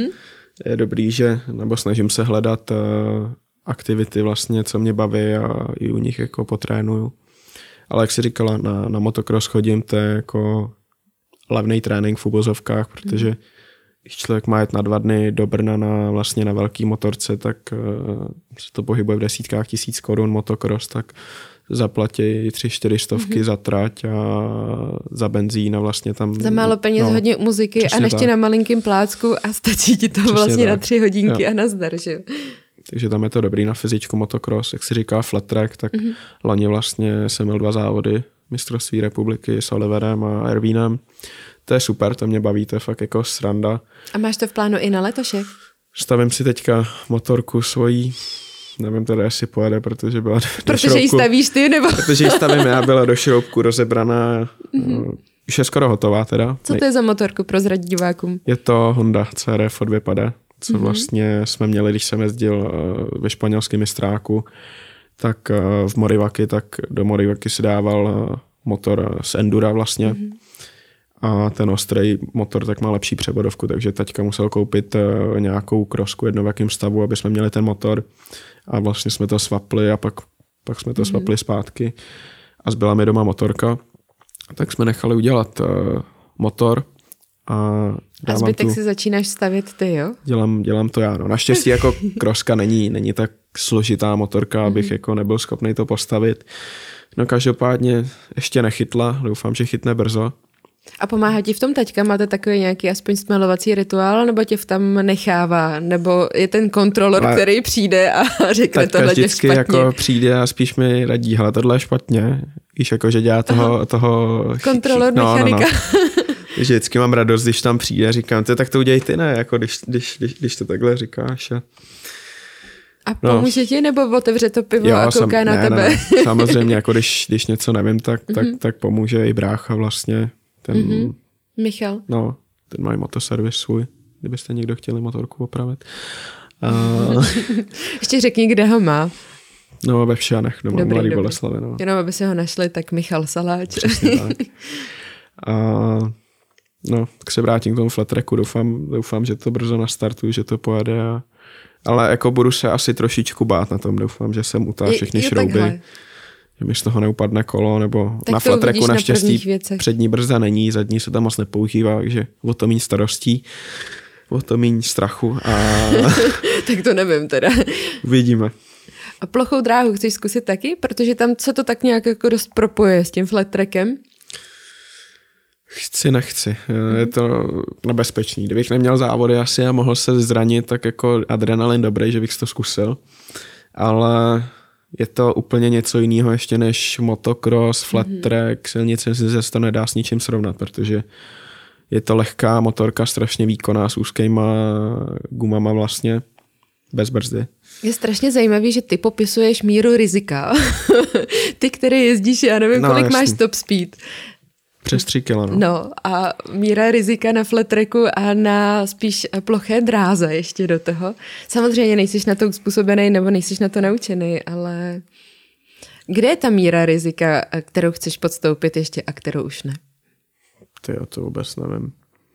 [SPEAKER 1] Je dobrý, nebo snažím se hledat aktivity vlastně, co mě baví a i u nich jako potrénuju. Ale jak jsi říkala, na motocross chodím, to je jako levný trénink v uvozovkách, protože když člověk má jet na 2 dny do Brna vlastně na velký motorce, tak se to pohybuje v desítkách tisíc korun motocross, tak zaplatí 3-4 stovky za trať a za benzín a vlastně tam...
[SPEAKER 2] Za málo peněz hodně muziky a neště na malinkým plácku a stačí ti to přesně vlastně tak. Na 3 hodinky a nazdar, že jo?
[SPEAKER 1] Takže tam je to dobrý na fyzičku motocross. Jak si říká flat track, tak loni vlastně jsem měl 2 závody mistrovství republiky s Oliverem a Ervínem. To je super, to mě baví, to je fakt jako sranda. A máš to v plánu i na letošek? Stavím si teďka motorku svojí, nevím teda, jestli pojede, protože byla do šroubku. Ji stavíš ty, nebo? Protože ji stavím já, byla do šroubku rozebraná, už je skoro hotová teda. Co to je za motorku, prozrať divákům? Je to Honda CRF od Vypade, co vlastně jsme měli, když jsem jezdil ve španělském mistráku, tak v Morivaky, tak do Morivaky si dával motor z Endura vlastně. A ten ostrý motor tak má lepší převodovku, takže taťka musel koupit nějakou krosku jednou v jakém stavu, aby jsme měli ten motor a vlastně jsme to swapli a pak jsme to swapli zpátky a zbyla mi doma motorka, tak jsme nechali udělat motor a zbytek si začínáš stavět ty, jo? Dělám to já, no. Naštěstí jako kroska není tak složitá motorka, abych jako nebyl schopný to postavit. No každopádně ještě nechytla, doufám, že chytne brzo. A pomáhá ti v tom taťka? Máte takový nějaký aspoň stmelovací rituál, nebo tě v tam nechává? Nebo je ten kontrolor, který přijde a řekne tohle je špatně? Jako přijde a spíš mi radí, hele, tohle je špatně. Víš, jako, že dělá toho kontrolor mechanika. No. Takže vždycky mám radost, když tam přijde a říkám, tak to udělej ty, ne? Jako když to takhle říkáš. A pomůže ti, nebo otevře to pivo a kouká na tebe? Ne. Samozřejmě, jako když něco nevím, tak pomůže i brácha vlastně. Ten, Michal. No, ten má motoservis svůj, kdybyste někdo chtěli motorku opravit. Ještě řekni, kde ho má. No, ve Všanech, doma Mladý Boleslavi. No. Jenom aby se ho našli, tak Michal Saláč. Přesně tak. Tak se vrátím k tomu flat tracku, doufám, že to brzo nastartuju, že to pojede. Ale jako budu se asi trošičku bát na tom, doufám, že jsem utáhl všechny šrouby. Takhle. Že mi z toho neupadne kolo, nebo tak na flat tracku naštěstí přední brzda není, zadní se tam moc nepoužívá, takže o to méně starostí, o to méně strachu. Tak to nevím teda. Uvidíme. A plochou dráhu chceš zkusit taky? Protože tam se to tak nějak jako dost propoje s tím flat trackem? Nechci. Je to nebezpečný. Kdybych neměl závody asi a mohl se zranit, tak jako adrenalin dobrý, že bych to zkusil. Ale je to úplně něco jiného ještě než motocross, flat track, silnice se to nedá s ničím srovnat, protože je to lehká motorka, strašně výkonná s úzkýma gumama vlastně, bez brzdy. Je strašně zajímavý, že ty popisuješ míru rizika. Ty, který jezdíš, já nevím, kolik máš top speed. Přes 3 kilo, no. No a míra rizika na flat tracku a na spíš ploché dráze ještě do toho. Samozřejmě nejsiš na to uspůsobený nebo nejsiš na to naučený, ale
[SPEAKER 2] Kde je ta míra rizika, kterou chceš podstoupit ještě a kterou už ne?
[SPEAKER 1] To vůbec nevím.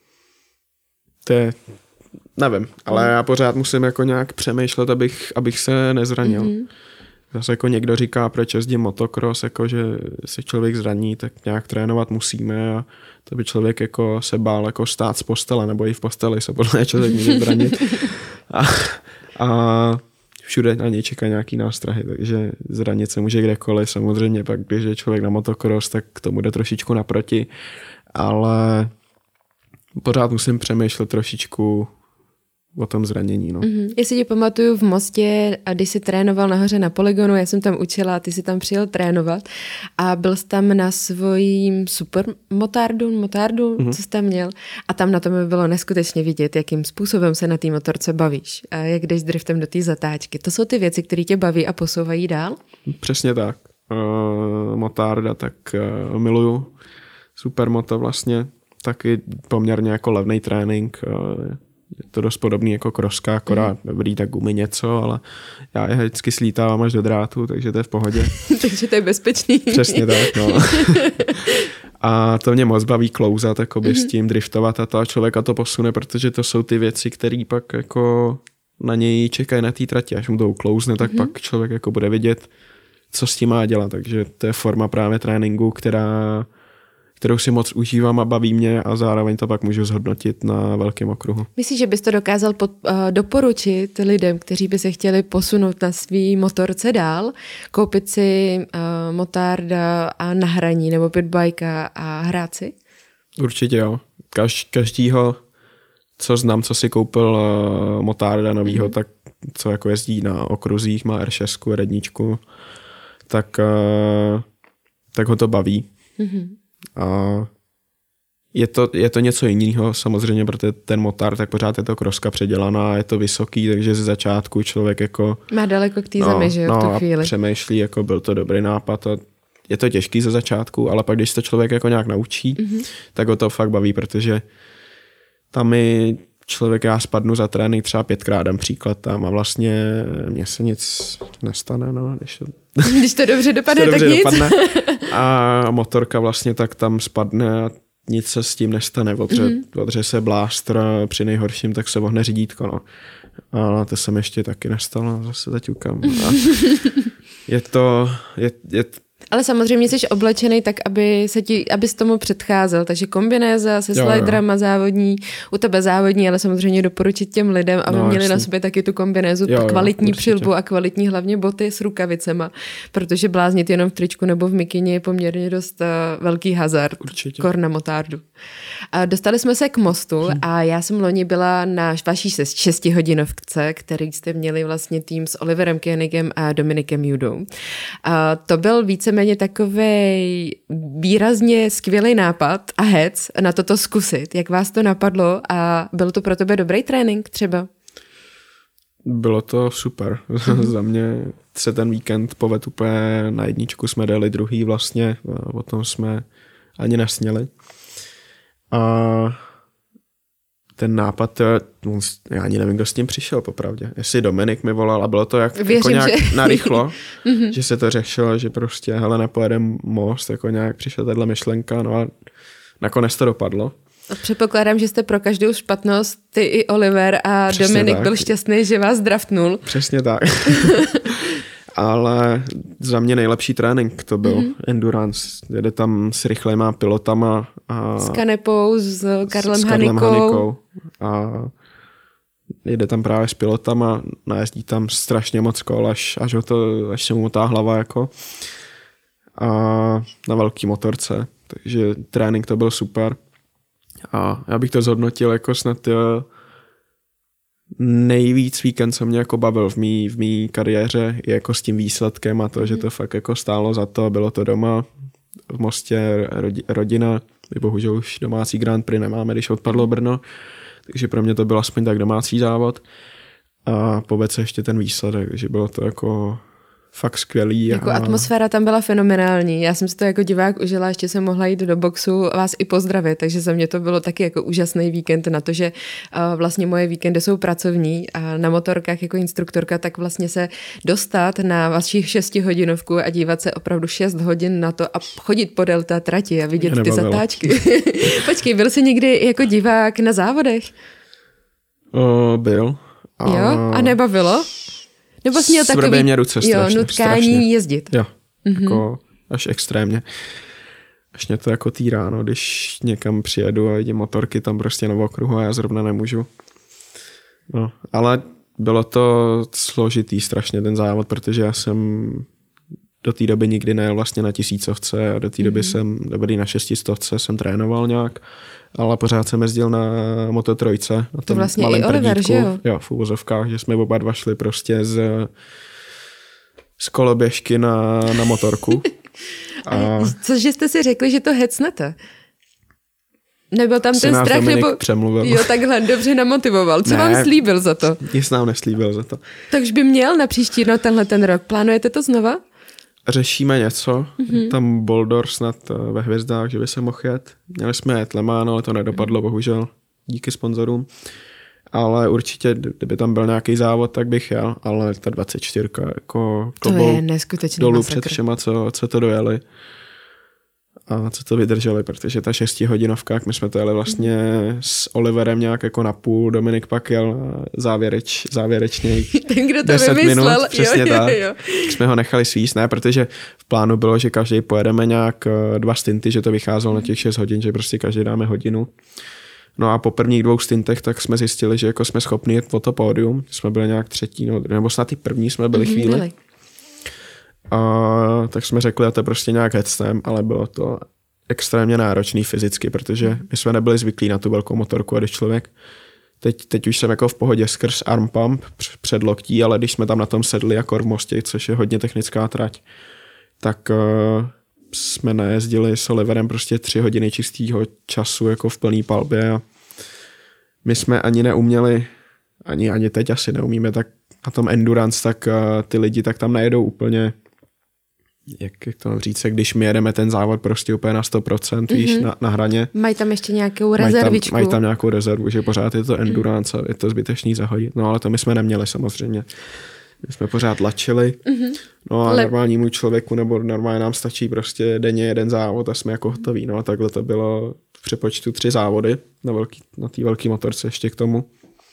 [SPEAKER 1] Nevím, ale já pořád musím jako nějak přemýšlet, abych se nezranil. Mm-hmm. Zase jako někdo říká, proč jezdím motocross, jako že se člověk zraní, tak nějak trénovat musíme a to by člověk jako se bál jako stát z postele, nebo i v posteli se podle mě člověk může zranit. A všude na něj čeká nějaký nástrahy, takže zranit se může kdekoliv. Samozřejmě pak, když je člověk na motocross, tak k tomu jde trošičku naproti, ale pořád musím přemýšlet trošičku o tom zranění. No.
[SPEAKER 2] Mm-hmm. Já si tě pamatuju v Mostě, a když jsi trénoval nahoře na poligonu, já jsem tam učila, ty jsi tam přijel trénovat a byl jsi tam na svojím supermotardu, co jsi tam měl a tam na tom bylo neskutečně vidět, jakým způsobem se na té motorce bavíš a jak jdeš driftem do té zatáčky. To jsou ty věci, které tě baví a posouvají dál?
[SPEAKER 1] Přesně tak. Motarda tak miluju. Supermoto vlastně, taky poměrně jako levný trénink. Je to dost podobný jako crosska, akorát dobrý tak gumy něco, ale já je vždycky slítávám až do drátu, takže to je v pohodě.
[SPEAKER 2] Takže to je bezpečný.
[SPEAKER 1] Přesně tak, no. A to mě moc baví klouzat, jakoby s tím driftovat a to a člověka to posune, protože to jsou ty věci, které pak jako na něj čekají na té trati. Až mu to uklouzne, tak pak člověk jako bude vidět, co s tím má dělat. Takže to je forma právě tréninku, kterou si moc užívám a baví mě a zároveň to pak můžu zhodnotit na velkém okruhu.
[SPEAKER 2] Myslíš, že bys to dokázal doporučit lidem, kteří by se chtěli posunout na svý motorce dál, koupit si motarda a na hraní nebo pitbajka a hrát si?
[SPEAKER 1] Určitě jo. Každýho, co znám, co si koupil motarda novýho, tak co jako jezdí na okruzích, má R6, R1, tak ho to baví. A je to něco jiného samozřejmě, protože ten motard, tak pořád je to crosska předělaná, je to vysoký, takže ze začátku člověk jako...
[SPEAKER 2] Má daleko k té zemi, že jo, v tu chvíli.
[SPEAKER 1] A přemýšlí, jako byl to dobrý nápad a je to těžký ze začátku, ale pak když to člověk jako nějak naučí, tak ho to fakt baví, protože tam je člověk, já spadnu za trénink třeba 5krát, dám příklad tam a vlastně mně se nic nestane, no,
[SPEAKER 2] když to dobře dopadne, tak nic. Dopadne.
[SPEAKER 1] A motorka vlastně tak tam spadne a nic se s tím nestane. Odře se blástr, při nejhorším tak se ohne řídítko. No. A to se mi ještě taky nestalo, zase zaťukám. Je to...
[SPEAKER 2] Ale samozřejmě jsi oblečený tak, abys tomu předcházel. Takže kombinéza se sliderama závodní, u tebe závodní, ale samozřejmě doporučit těm lidem, aby měli na sobě taky tu kombinézu, kvalitní přilbu a kvalitní hlavně boty s rukavicema, protože bláznit jenom v tričku nebo v mikině je poměrně dost velký hazard.
[SPEAKER 1] Určitě.
[SPEAKER 2] Kor na motardu. A dostali jsme se k Mostu a já jsem loni byla na vaší 6hodinovce, který jste měli vlastně tým s Oliverem Koenigem a Dominikem Judou. A to byl víceméně takovej výrazně skvělý nápad a hec na toto zkusit. Jak vás to napadlo a byl to pro tebe dobrý trénink třeba?
[SPEAKER 1] Bylo to super. Za mě se ten víkend povedl úplně na jedničku. Jsme dali druhý vlastně, o tom jsme ani nesměli. A ten nápad, já ani nevím, kdo s tím přišel popravdě. Jestli Dominik mi volal a bylo to jako nějak narychlo, že se to řešilo, že prostě hele, nepojedem Most, jako nějak přišla tato myšlenka, no a nakonec to dopadlo.
[SPEAKER 2] A předpokládám, že jste pro každou špatnost, ty i Oliver a přesně Dominik tak. Byl šťastný, že vás draftnul.
[SPEAKER 1] Přesně tak. Ale za mě nejlepší trénink to byl endurance. Jede tam s rychlejma pilotama.
[SPEAKER 2] S Kanepou, s Karlem Hanikou.
[SPEAKER 1] A jede tam právě s pilotama, najezdí tam strašně moc kol, až se mu motá hlava jako. A na velký motorce. Takže trénink to byl super. A já bych to zhodnotil jako snad nejvíc víkend, co mě jako bavil v mý kariéře, je jako s tím výsledkem a to, že to fakt jako stálo za to, bylo to doma, v Mostě rodina, my bohužel už domácí Grand Prix nemáme, když odpadlo Brno, takže pro mě to byl aspoň tak domácí závod a povedl se ještě ten výsledek, takže bylo to jako fakt skvělý.
[SPEAKER 2] Jako atmosféra tam byla fenomenální. Já jsem si to jako divák užila, ještě jsem mohla jít do boxu vás i pozdravit, takže za mě to bylo taky jako úžasný víkend na to, že vlastně moje víkendy jsou pracovní a na motorkách jako instruktorka, tak vlastně se dostat na vašich 6hodinovku a dívat se opravdu 6 hodin na to a chodit podél té trati a vidět ty zatáčky. Počkej, byl jsi někdy jako divák na závodech?
[SPEAKER 1] Byl.
[SPEAKER 2] Jo? A nebavilo? Nebo jsi měl takový
[SPEAKER 1] mě ruce strašně,
[SPEAKER 2] nutkání
[SPEAKER 1] strašně.
[SPEAKER 2] jezdit?
[SPEAKER 1] Jo, jako až extrémně. Až mě to jako týrá, no, když někam přijedu a vidím motorky tam prostě na okruhu a já zrovna nemůžu. No, ale bylo to složitý strašně ten závod, protože já jsem do té doby nikdy nejel vlastně na 1000 a do té doby jsem dobrý na 600 jsem trénoval nějak, ale pořád jsem jezdil na Moto3, na tom
[SPEAKER 2] vlastně
[SPEAKER 1] malém
[SPEAKER 2] i Oliver,
[SPEAKER 1] prdítku.
[SPEAKER 2] že jo?
[SPEAKER 1] Jo, v uvozovkách, že jsme oba dva šli prostě z koloběžky na motorku.
[SPEAKER 2] Cože jste si řekli, že to hecnete? Nebyl tam ten strach,
[SPEAKER 1] Dominik
[SPEAKER 2] nebo...
[SPEAKER 1] přemluvil.
[SPEAKER 2] Jo, takhle, dobře namotivoval. Co vám slíbil za to?
[SPEAKER 1] Nic nám neslíbil za to.
[SPEAKER 2] Takže by měl na příští tenhle ten rok. Plánujete to znova?
[SPEAKER 1] Řešíme něco. Tam Boldor snad ve hvězdách, že by se mohl jet. Měli jsme jet Le Mans, ale to nedopadlo, bohužel. Díky sponzorům. Ale určitě, kdyby tam byl nějaký závod, tak bych jel. Ale ta 24 jako
[SPEAKER 2] to je neskutečný
[SPEAKER 1] dolů
[SPEAKER 2] masakr.
[SPEAKER 1] před všema, co to dojeli. A co to vydrželi, protože ta 6hodinovka, jak my jsme to jeli vlastně s Oliverem nějak jako na půl, Dominik pak jel závěrečně
[SPEAKER 2] ten, kdo to
[SPEAKER 1] 10
[SPEAKER 2] vymyslel.
[SPEAKER 1] minut, přesně tak.
[SPEAKER 2] Jo.
[SPEAKER 1] Jsme ho nechali svíst, ne, protože v plánu bylo, že každý pojedeme nějak 2 stinty, že to vycházelo na těch 6 hodin, že prostě každý dáme hodinu. No a po prvních 2 stintech tak jsme zjistili, že jako jsme schopni jet o to pódium, jsme byli nějak třetí, nebo snad i první jsme byli chvíli.
[SPEAKER 2] Byli.
[SPEAKER 1] A tak jsme řekli, a to prostě nějak hecnem, ale bylo to extrémně náročný fyzicky, protože my jsme nebyli zvyklí na tu velkou motorku a když člověk, teď už jsem jako v pohodě skrz arm pump před loktí, ale když jsme tam na tom sedli jako v Mostě, což je hodně technická trať, tak jsme najezdili s Oliverem prostě 3 hodiny čistého času jako v plný palbě a my jsme ani neuměli, ani teď asi neumíme, tak na tom endurance, tak ty lidi tak tam najedou úplně, jak to mám říct, když my jedeme ten závod prostě úplně na 100%, víš, na hraně.
[SPEAKER 2] Mají tam ještě nějakou rezervičku.
[SPEAKER 1] Mají tam nějakou rezervu, že pořád je to endurance a je to zbytečný zahodit. No ale to my jsme neměli samozřejmě. My jsme pořád tlačili. No a normálnímu člověku nebo normálně nám stačí prostě denně jeden závod a jsme jako hotoví. No a takhle to bylo v přepočtu 3 závody na té velké motorce ještě k tomu.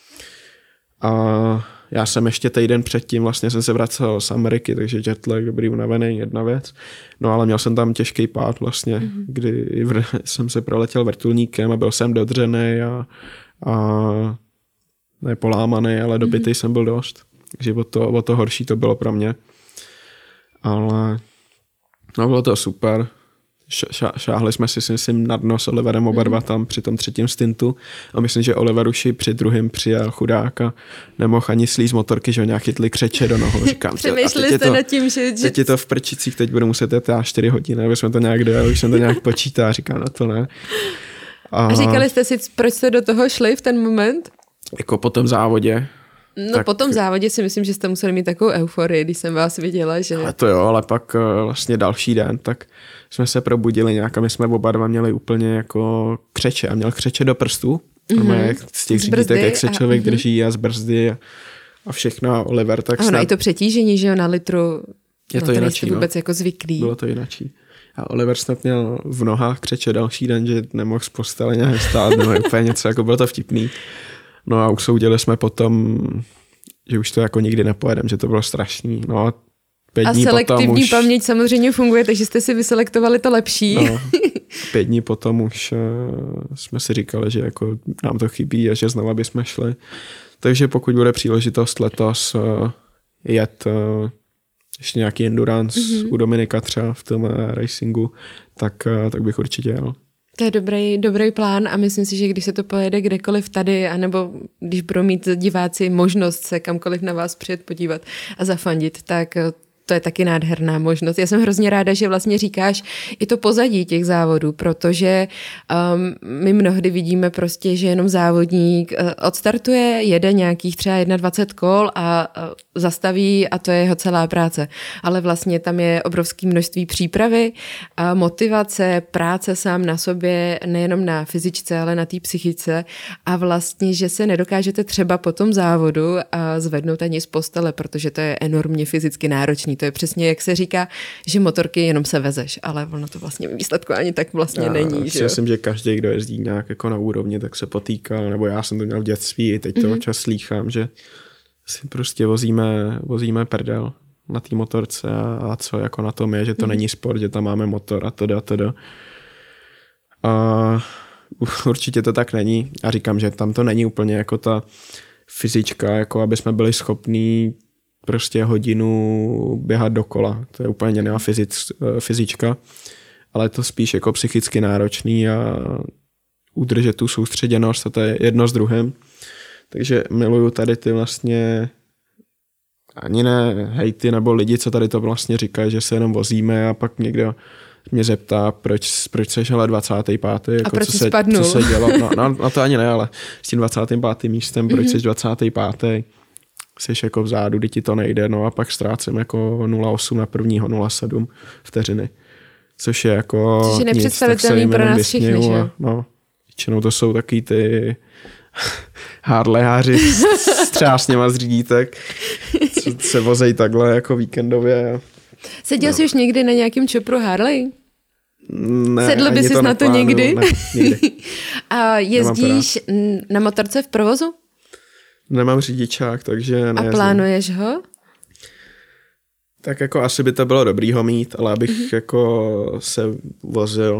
[SPEAKER 1] A já jsem ještě týden předtím vlastně jsem se vracel z Ameriky, takže jetlag, dobrý unavený, jedna věc. No ale měl jsem tam těžký pád vlastně, kdy jsem se proletěl vrtulníkem a byl jsem dodřený a ne polámaný, ale dobitý jsem byl dost. Takže o to horší to bylo pro mě. Ale no bylo to super. Šáhli jsme si myslím na dno s Oliverem oba dva tam při tom 3. stintu a myslím, že Oliver už i při 2. přijel chudák a nemohl ani slízt motorky, že ho nějak chytli křeče do nohou. Říkám,
[SPEAKER 2] přemýšleli jste nad tím, že...
[SPEAKER 1] Teď je to v prčicích, teď budu muset jet 4 hodiny, aby jsme to nějak dojeli, už jsem to nějak počítá, říkám, no to ne.
[SPEAKER 2] A říkali jste si, proč jste do toho šli v ten moment?
[SPEAKER 1] Jako po tom závodě.
[SPEAKER 2] No tak... po tom závodě si myslím, že jste museli mít takovou euforii, když jsem vás viděla, že...
[SPEAKER 1] Ale to jo, ale pak vlastně další den, tak jsme se probudili nějak a my jsme oba dva měli úplně jako křeče a měl křeče do prstů. Jak z těch řídítek, jak se člověk drží a z brzdy a všechno a Oliver tak
[SPEAKER 2] snad... Ano, i to přetížení, že jo, na litru,
[SPEAKER 1] je to jinačí,
[SPEAKER 2] vůbec jako zvyklý.
[SPEAKER 1] Bylo to jinačí. A Oliver snad měl v nohách křeče další den, že nemohl z postele nějak stát, nebo úplně něco, jako bylo to vtipný. No a usoudili jsme potom, že už to jako nikdy nepojedem, že to bylo strašný. No a 5 dní
[SPEAKER 2] selektivní
[SPEAKER 1] potom
[SPEAKER 2] paměť samozřejmě funguje, takže jste si vyselektovali to lepší.
[SPEAKER 1] No, 5 dní potom už jsme si říkali, že jako nám to chybí a že znova bychom šli. Takže pokud bude příležitost letos jet ještě nějaký endurance u Dominika třeba v tom racingu, tak bych určitě jel.
[SPEAKER 2] To je dobrý plán a myslím si, že když se to pojede kdekoliv tady, anebo když budou mít diváci možnost se kamkoliv na vás přijet podívat a zafandit, tak to je taky nádherná možnost. Já jsem hrozně ráda, že vlastně říkáš i to pozadí těch závodů, protože my mnohdy vidíme prostě, že jenom závodník odstartuje, jede nějakých třeba 21 kol a zastaví a to je jeho celá práce. Ale vlastně tam je obrovské množství přípravy, motivace, práce sám na sobě, nejenom na fyzičce, ale na té psychice a vlastně, že se nedokážete třeba po tom závodu zvednout ani z postele, protože to je enormně fyzicky náročný. To je přesně, jak se říká, že motorky jenom se vezeš, ale ono to vlastně výsledku ani tak vlastně není.
[SPEAKER 1] Já myslím, že každý, kdo jezdí nějak jako na úrovni, tak se potýkal, nebo já jsem to měl v dětství, i teď to občas slýchám, že si prostě vozíme prdel na té motorce a co jako na tom je, že to není sport, že tam máme motor a to. A určitě to tak není. A říkám, že tam to není úplně jako ta fyzička, jako aby jsme byli schopní prostě hodinu běhat dokola. To je úplně jiná fyzička, ale je to spíš jako psychicky náročný a udržet tu soustředěnost a to je jedno s druhým. Takže miluju tady ty vlastně ani ne hejty nebo lidi, co tady to vlastně říkají, že se jenom vozíme a pak někdo mě zeptá, proč seš ale 25. Jako
[SPEAKER 2] a proč
[SPEAKER 1] co se dělo. No to ani ne, ale s tím 25. místem, proč seš 25. Seš jako vzadu, kdy ti to nejde, no a pak ztrácím jako 0,8 na prvního 0,7 vteřiny. Což je jako
[SPEAKER 2] což je nepředstavitelný pro nás všichni, že?
[SPEAKER 1] No, většinou to jsou taky ty Harleyáři s třásněma z řídítek, co se vozejí takhle jako víkendově.
[SPEAKER 2] Seděl jsi už někdy na nějakém čopru Harley?
[SPEAKER 1] Ne,
[SPEAKER 2] sedl by jsi na to někdy?
[SPEAKER 1] Ne, nikdy.
[SPEAKER 2] A jezdíš na motorce v provozu?
[SPEAKER 1] Nemám řidičák, takže nejezdím.
[SPEAKER 2] A plánuješ ho?
[SPEAKER 1] Tak jako asi by to bylo dobrý ho mít, ale abych jako se vozil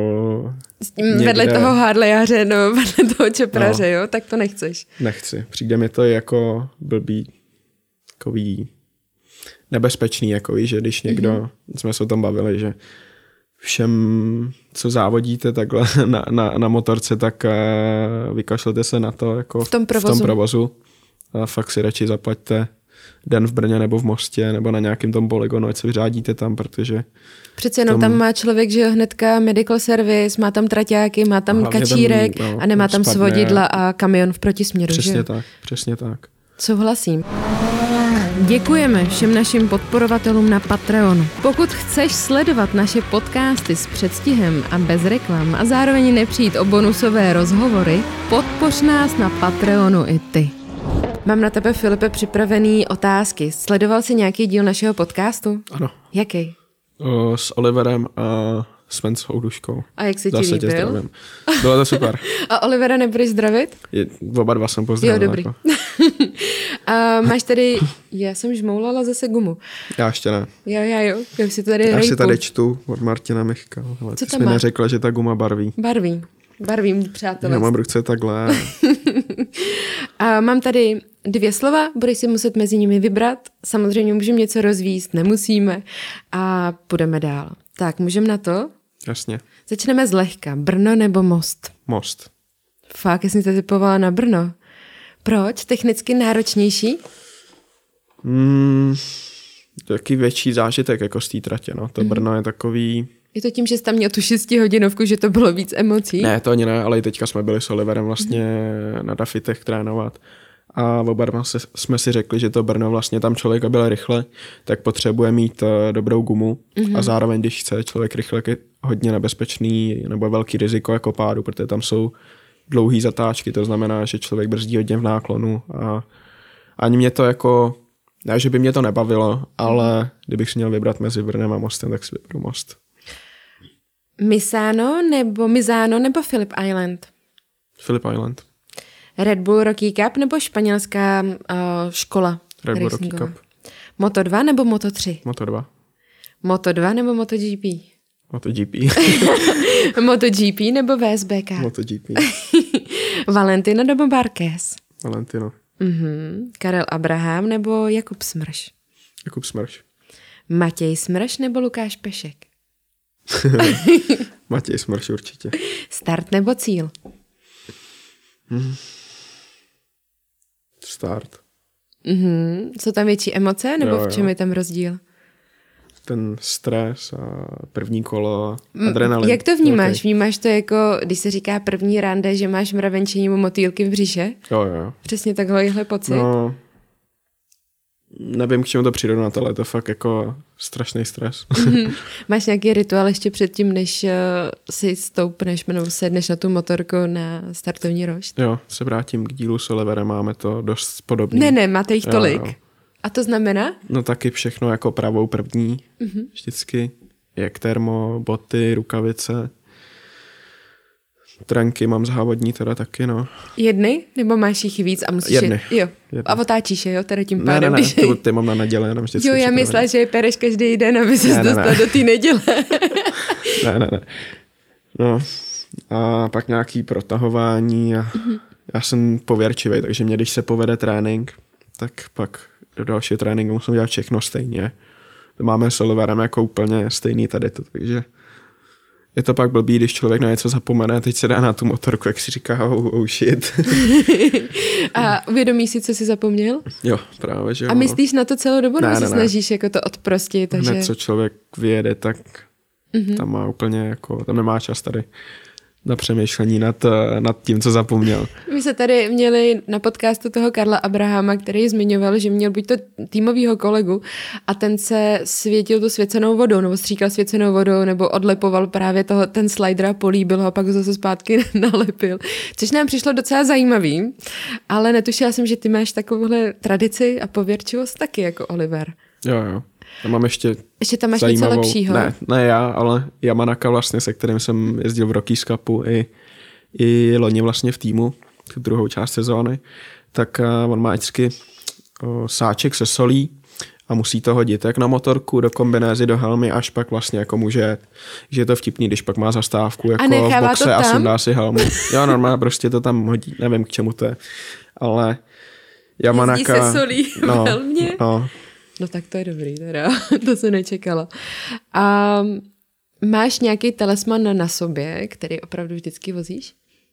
[SPEAKER 2] vedle toho Harleyáře, no vedle toho čopraře, jo? Tak to nechceš.
[SPEAKER 1] Nechci. Přijde mi to jako blbý, takový nebezpečný, jako víš, že když někdo, jsme se o tom bavili, že všem, co závodíte takhle na motorce, tak vykašlete se na to jako v tom provozu. A fakt si radši zaplaťte den v Brně nebo v Mostě nebo na nějakém tom poligonu, ať se vyřádíte tam, protože...
[SPEAKER 2] Přece jenom tam má člověk, že jo, hnedka medical service, má tam traťáky, má tam kačírek a nemá tam svodidla a kamion v protisměru,
[SPEAKER 1] přesně
[SPEAKER 2] že jo?
[SPEAKER 1] Tak, přesně tak.
[SPEAKER 2] Souhlasím. Děkujeme všem našim podporovatelům na Patreonu. Pokud chceš sledovat naše podcasty s předstihem a bez reklam a zároveň nepřijít o bonusové rozhovory, podpoř nás na Patreonu i ty. Mám na tebe, Filipe, připravený otázky. Sledoval jsi nějaký díl našeho podcastu?
[SPEAKER 1] Ano.
[SPEAKER 2] Jaký?
[SPEAKER 1] S Oliverem a s Vencou Duškou.
[SPEAKER 2] A jak se ti líbil?
[SPEAKER 1] Bylo to super.
[SPEAKER 2] A Olivera nebudeš zdravit?
[SPEAKER 1] Oba dva jsem pozdravil.
[SPEAKER 2] Jo, dobrý. Jako. A máš tady, já jsem žmoulala zase gumu.
[SPEAKER 1] Já ještě ne.
[SPEAKER 2] Jo, já si tady
[SPEAKER 1] Já
[SPEAKER 2] rejpu.
[SPEAKER 1] si tady čtu od Martina Michka. Ale
[SPEAKER 2] co
[SPEAKER 1] ty
[SPEAKER 2] tam
[SPEAKER 1] jsi mi
[SPEAKER 2] má?
[SPEAKER 1] neřekla, že ta guma barví.
[SPEAKER 2] Barví, přátelé.
[SPEAKER 1] Já mám ruce takhle.
[SPEAKER 2] A mám tady 2 slova, budeš si muset mezi nimi vybrat. Samozřejmě můžeme něco rozvíst, nemusíme. A půjdeme dál. Tak, můžeme na to?
[SPEAKER 1] Jasně.
[SPEAKER 2] Začneme zlehka. Brno nebo Most?
[SPEAKER 1] Most.
[SPEAKER 2] Fakt, já jsem se typovala na Brno. Proč? Technicky náročnější?
[SPEAKER 1] Taký větší zážitek jako z té tratě. No. To Brno je takový...
[SPEAKER 2] Je to tím, že jsi tam měl tu 6hodinovku, že to bylo víc emocí?
[SPEAKER 1] Ne, to ani ne, ale i teďka jsme byli s Oliverem vlastně na Dafitech trénovat. A oba jsme si řekli, že to Brno vlastně tam člověk, aby byl rychle, tak potřebuje mít dobrou gumu a zároveň, když chce člověk rychle, je hodně nebezpečný nebo velký riziko jako pádu, protože tam jsou dlouhý zatáčky, to znamená, že člověk brzdí hodně v náklonu a ani mě to jako, ne, že by mě to nebavilo, ale kdybych si měl vybrat mezi Brnem a Mostem, tak si vybral Most.
[SPEAKER 2] Misano nebo Phillip Island?
[SPEAKER 1] Phillip Island.
[SPEAKER 2] Red Bull Rocky Cup nebo španělská škola?
[SPEAKER 1] Red Bull Rocky Cup.
[SPEAKER 2] Moto 2 nebo Moto 3?
[SPEAKER 1] Moto 2.
[SPEAKER 2] Moto 2 nebo MotoGP?
[SPEAKER 1] MotoGP.
[SPEAKER 2] MotoGP nebo VSBK?
[SPEAKER 1] MotoGP.
[SPEAKER 2] Valentino nebo Marquez?
[SPEAKER 1] Valentino.
[SPEAKER 2] Karel Abraham nebo Jakub Smrš?
[SPEAKER 1] Jakub Smrš.
[SPEAKER 2] Matěj Smrš nebo Lukáš Pešek?
[SPEAKER 1] Matěj Smrš určitě.
[SPEAKER 2] Start nebo cíl?
[SPEAKER 1] Start.
[SPEAKER 2] Jsou tam větší emoce nebo v čem je tam rozdíl?
[SPEAKER 1] ten stres a první kolo, adrenalin.
[SPEAKER 2] Jak to vnímáš?
[SPEAKER 1] Okay.
[SPEAKER 2] Vnímáš to jako, když se říká první rande, že máš mravenčení nebo motýlky v břiše?
[SPEAKER 1] Jo.
[SPEAKER 2] Přesně takhle pocit?
[SPEAKER 1] No, nevím, k čemu to přirovnat, ale je to fakt jako strašný stres.
[SPEAKER 2] Máš nějaký rituál ještě předtím, než si stoupneš, nebo sedneš na tu motorku na startovní rošt?
[SPEAKER 1] Jo, se vrátím k dílu s Oliverem, máme to dost podobný.
[SPEAKER 2] Ne, máte jich tolik. Jo. A to znamená?
[SPEAKER 1] No taky všechno jako pravou první, vždycky. Jak termo, boty, rukavice, trenky mám závodní teda taky, no.
[SPEAKER 2] Jedny? Nebo máš jich víc a musíš
[SPEAKER 1] Jedny.
[SPEAKER 2] Jo.
[SPEAKER 1] Jedny.
[SPEAKER 2] A otáčíš je, jo? Teda tím pádem.
[SPEAKER 1] Ne, ty mám na neděle, jenom vždycky.
[SPEAKER 2] Jo, já myslela, že je pereš každý den, aby se dostal do té neděle.
[SPEAKER 1] Ne. No, a pak nějaký protahování a já jsem pověrčivý, takže mě, když se povede trénink, tak pak do dalšího tréninku musím dělat všechno stejně. To máme s Oliverem jako úplně stejný tady to, takže je to pak blbý, když člověk na něco zapomene, teď se dá na tu motorku, jak si říká, oh shit.
[SPEAKER 2] A uvědomíš si, co jsi zapomněl?
[SPEAKER 1] Jo, právě, že jo.
[SPEAKER 2] A myslíš na to celou dobu, nebo se snažíš jako to odprostit? Takže...
[SPEAKER 1] Hned, co člověk vyjede, tak tam má úplně jako, tam nemá čas tady na přemýšlení nad tím, co zapomněl.
[SPEAKER 2] My se tady měli na podcastu toho Karla Abrahama, který zmiňoval, že měl buď to týmovýho kolegu a ten se světil tu svěcenou vodou, nebo stříkal svěcenou vodou, nebo odlepoval právě ten slider a políbil ho a pak ho zase zpátky nalepil. Což nám přišlo docela zajímavý, ale netušila jsem, že ty máš takovouhle tradici a pověrčivost taky jako Oliver.
[SPEAKER 1] Jo. Já mám ještě
[SPEAKER 2] tam máš
[SPEAKER 1] zajímavou,
[SPEAKER 2] něco lepšího.
[SPEAKER 1] Ne já, ale Yamanaka vlastně, se kterým jsem jezdil v Rockies Cupu i loni vlastně v týmu, tu druhou část sezóny, tak on má vždycky sáček se solí a musí to hodit jak na motorku, do kombinézy, do helmy, až pak vlastně jako může jet. Že je to vtipný, když pak má zastávku jako v boxe a sundá si helmu. Jo, normálně prostě to tam hodí, nevím k čemu to je, ale Yamanaka...
[SPEAKER 2] Jezdí se solí v helmě?
[SPEAKER 1] No,
[SPEAKER 2] tak to je dobrý, teda. To se nečekala. A máš nějaký talisman na sobě, který opravdu vždycky vozíš?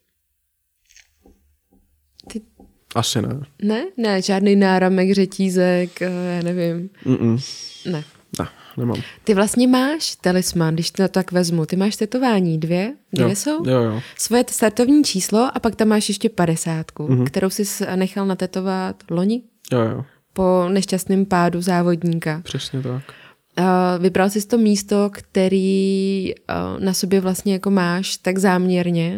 [SPEAKER 1] Asi ne.
[SPEAKER 2] Ne, žádný náramek, řetízek, já nevím. Ne,
[SPEAKER 1] nemám.
[SPEAKER 2] Ty vlastně máš talisman, když to tak vezmu. Ty máš tetování, dvě jsou?
[SPEAKER 1] Jo.
[SPEAKER 2] Svoje startovní číslo a pak tam máš ještě 50, kterou jsi nechal natetovat loni?
[SPEAKER 1] Jo.
[SPEAKER 2] Po nešťastném pádu závodníka.
[SPEAKER 1] Přesně tak.
[SPEAKER 2] Vybral jsi to místo, který na sobě vlastně jako máš tak záměrně?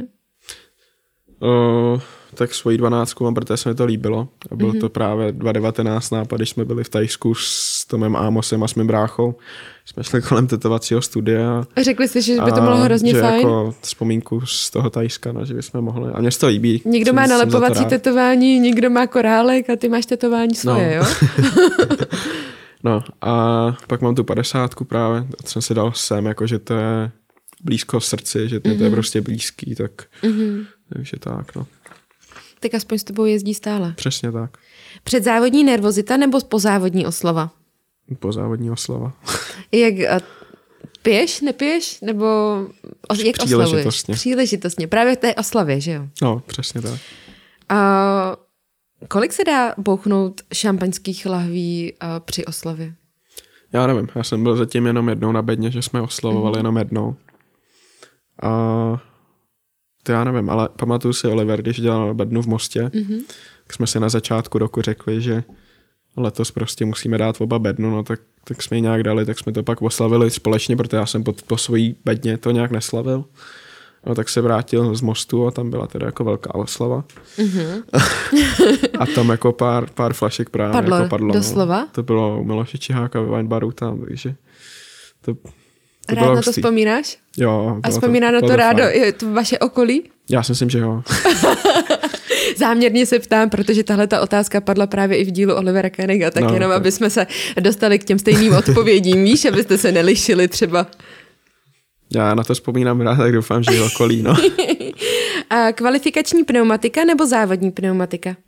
[SPEAKER 1] Tak svoji 12 mám, protože se mi to líbilo. A bylo to právě 2019 nápad, když jsme byli v Thajsku s Tomem Amosem a s mým bráchou. Jsme šli kolem tetovacího studia.
[SPEAKER 2] A řekli jste, že by to bylo hrozně
[SPEAKER 1] že
[SPEAKER 2] fajn?
[SPEAKER 1] Jako vzpomínku z toho Thajska, no, že bychom mohli. A mně se to líbí.
[SPEAKER 2] Někdo má nalepovací tetování, někdo má korálek a ty máš tetování svoje, jo?
[SPEAKER 1] No a pak mám tu 50 právě, to jsem si dal sem, jako že to je blízko srdci, že to je prostě blízký, tak takže tak, no.
[SPEAKER 2] Tak aspoň s tebou jezdí stále.
[SPEAKER 1] Přesně tak.
[SPEAKER 2] Předzávodní nervozita nebo pozávodní oslava?
[SPEAKER 1] Pozávodní oslava.
[SPEAKER 2] Jak piješ, nepiješ? Nebo jak oslavuješ? Příležitostně. Právě v té oslavě, že jo?
[SPEAKER 1] No, přesně tak.
[SPEAKER 2] Kolik se dá bouchnout šampaňských lahví při oslavě?
[SPEAKER 1] Já nevím, já jsem byl zatím jenom jednou na bedně, že jsme oslavovali jenom jednou. To já nevím, ale pamatuju si Oliver, když dělal bednu v Mostě, tak jsme si na začátku roku řekli, že letos prostě musíme dát oba bednu, no tak jsme ji nějak dali, tak jsme to pak oslavili společně, protože já jsem po svojí bedně to nějak neslavil. No tak se vrátil z Mostu a tam byla teda jako velká oslava. A tam jako pár flašek právě padlo.
[SPEAKER 2] Doslova?
[SPEAKER 1] No. To bylo u Miloše Čiháka ve wine baru tam, takže to
[SPEAKER 2] rád na to vzpomínáš?
[SPEAKER 1] Jo.
[SPEAKER 2] A vzpomíná na to rádo to vaše okolí?
[SPEAKER 1] Já si myslím, že jo.
[SPEAKER 2] Záměrně se ptám, protože tahle ta otázka padla právě i v dílu Olivera Koeniga, tak jenom, aby jsme se dostali k těm stejným odpovědím, víš, abyste se nelišili třeba.
[SPEAKER 1] Já na to vzpomínám rád, tak doufám, že je okolí, no.
[SPEAKER 2] A kvalifikační pneumatika nebo závodní pneumatika?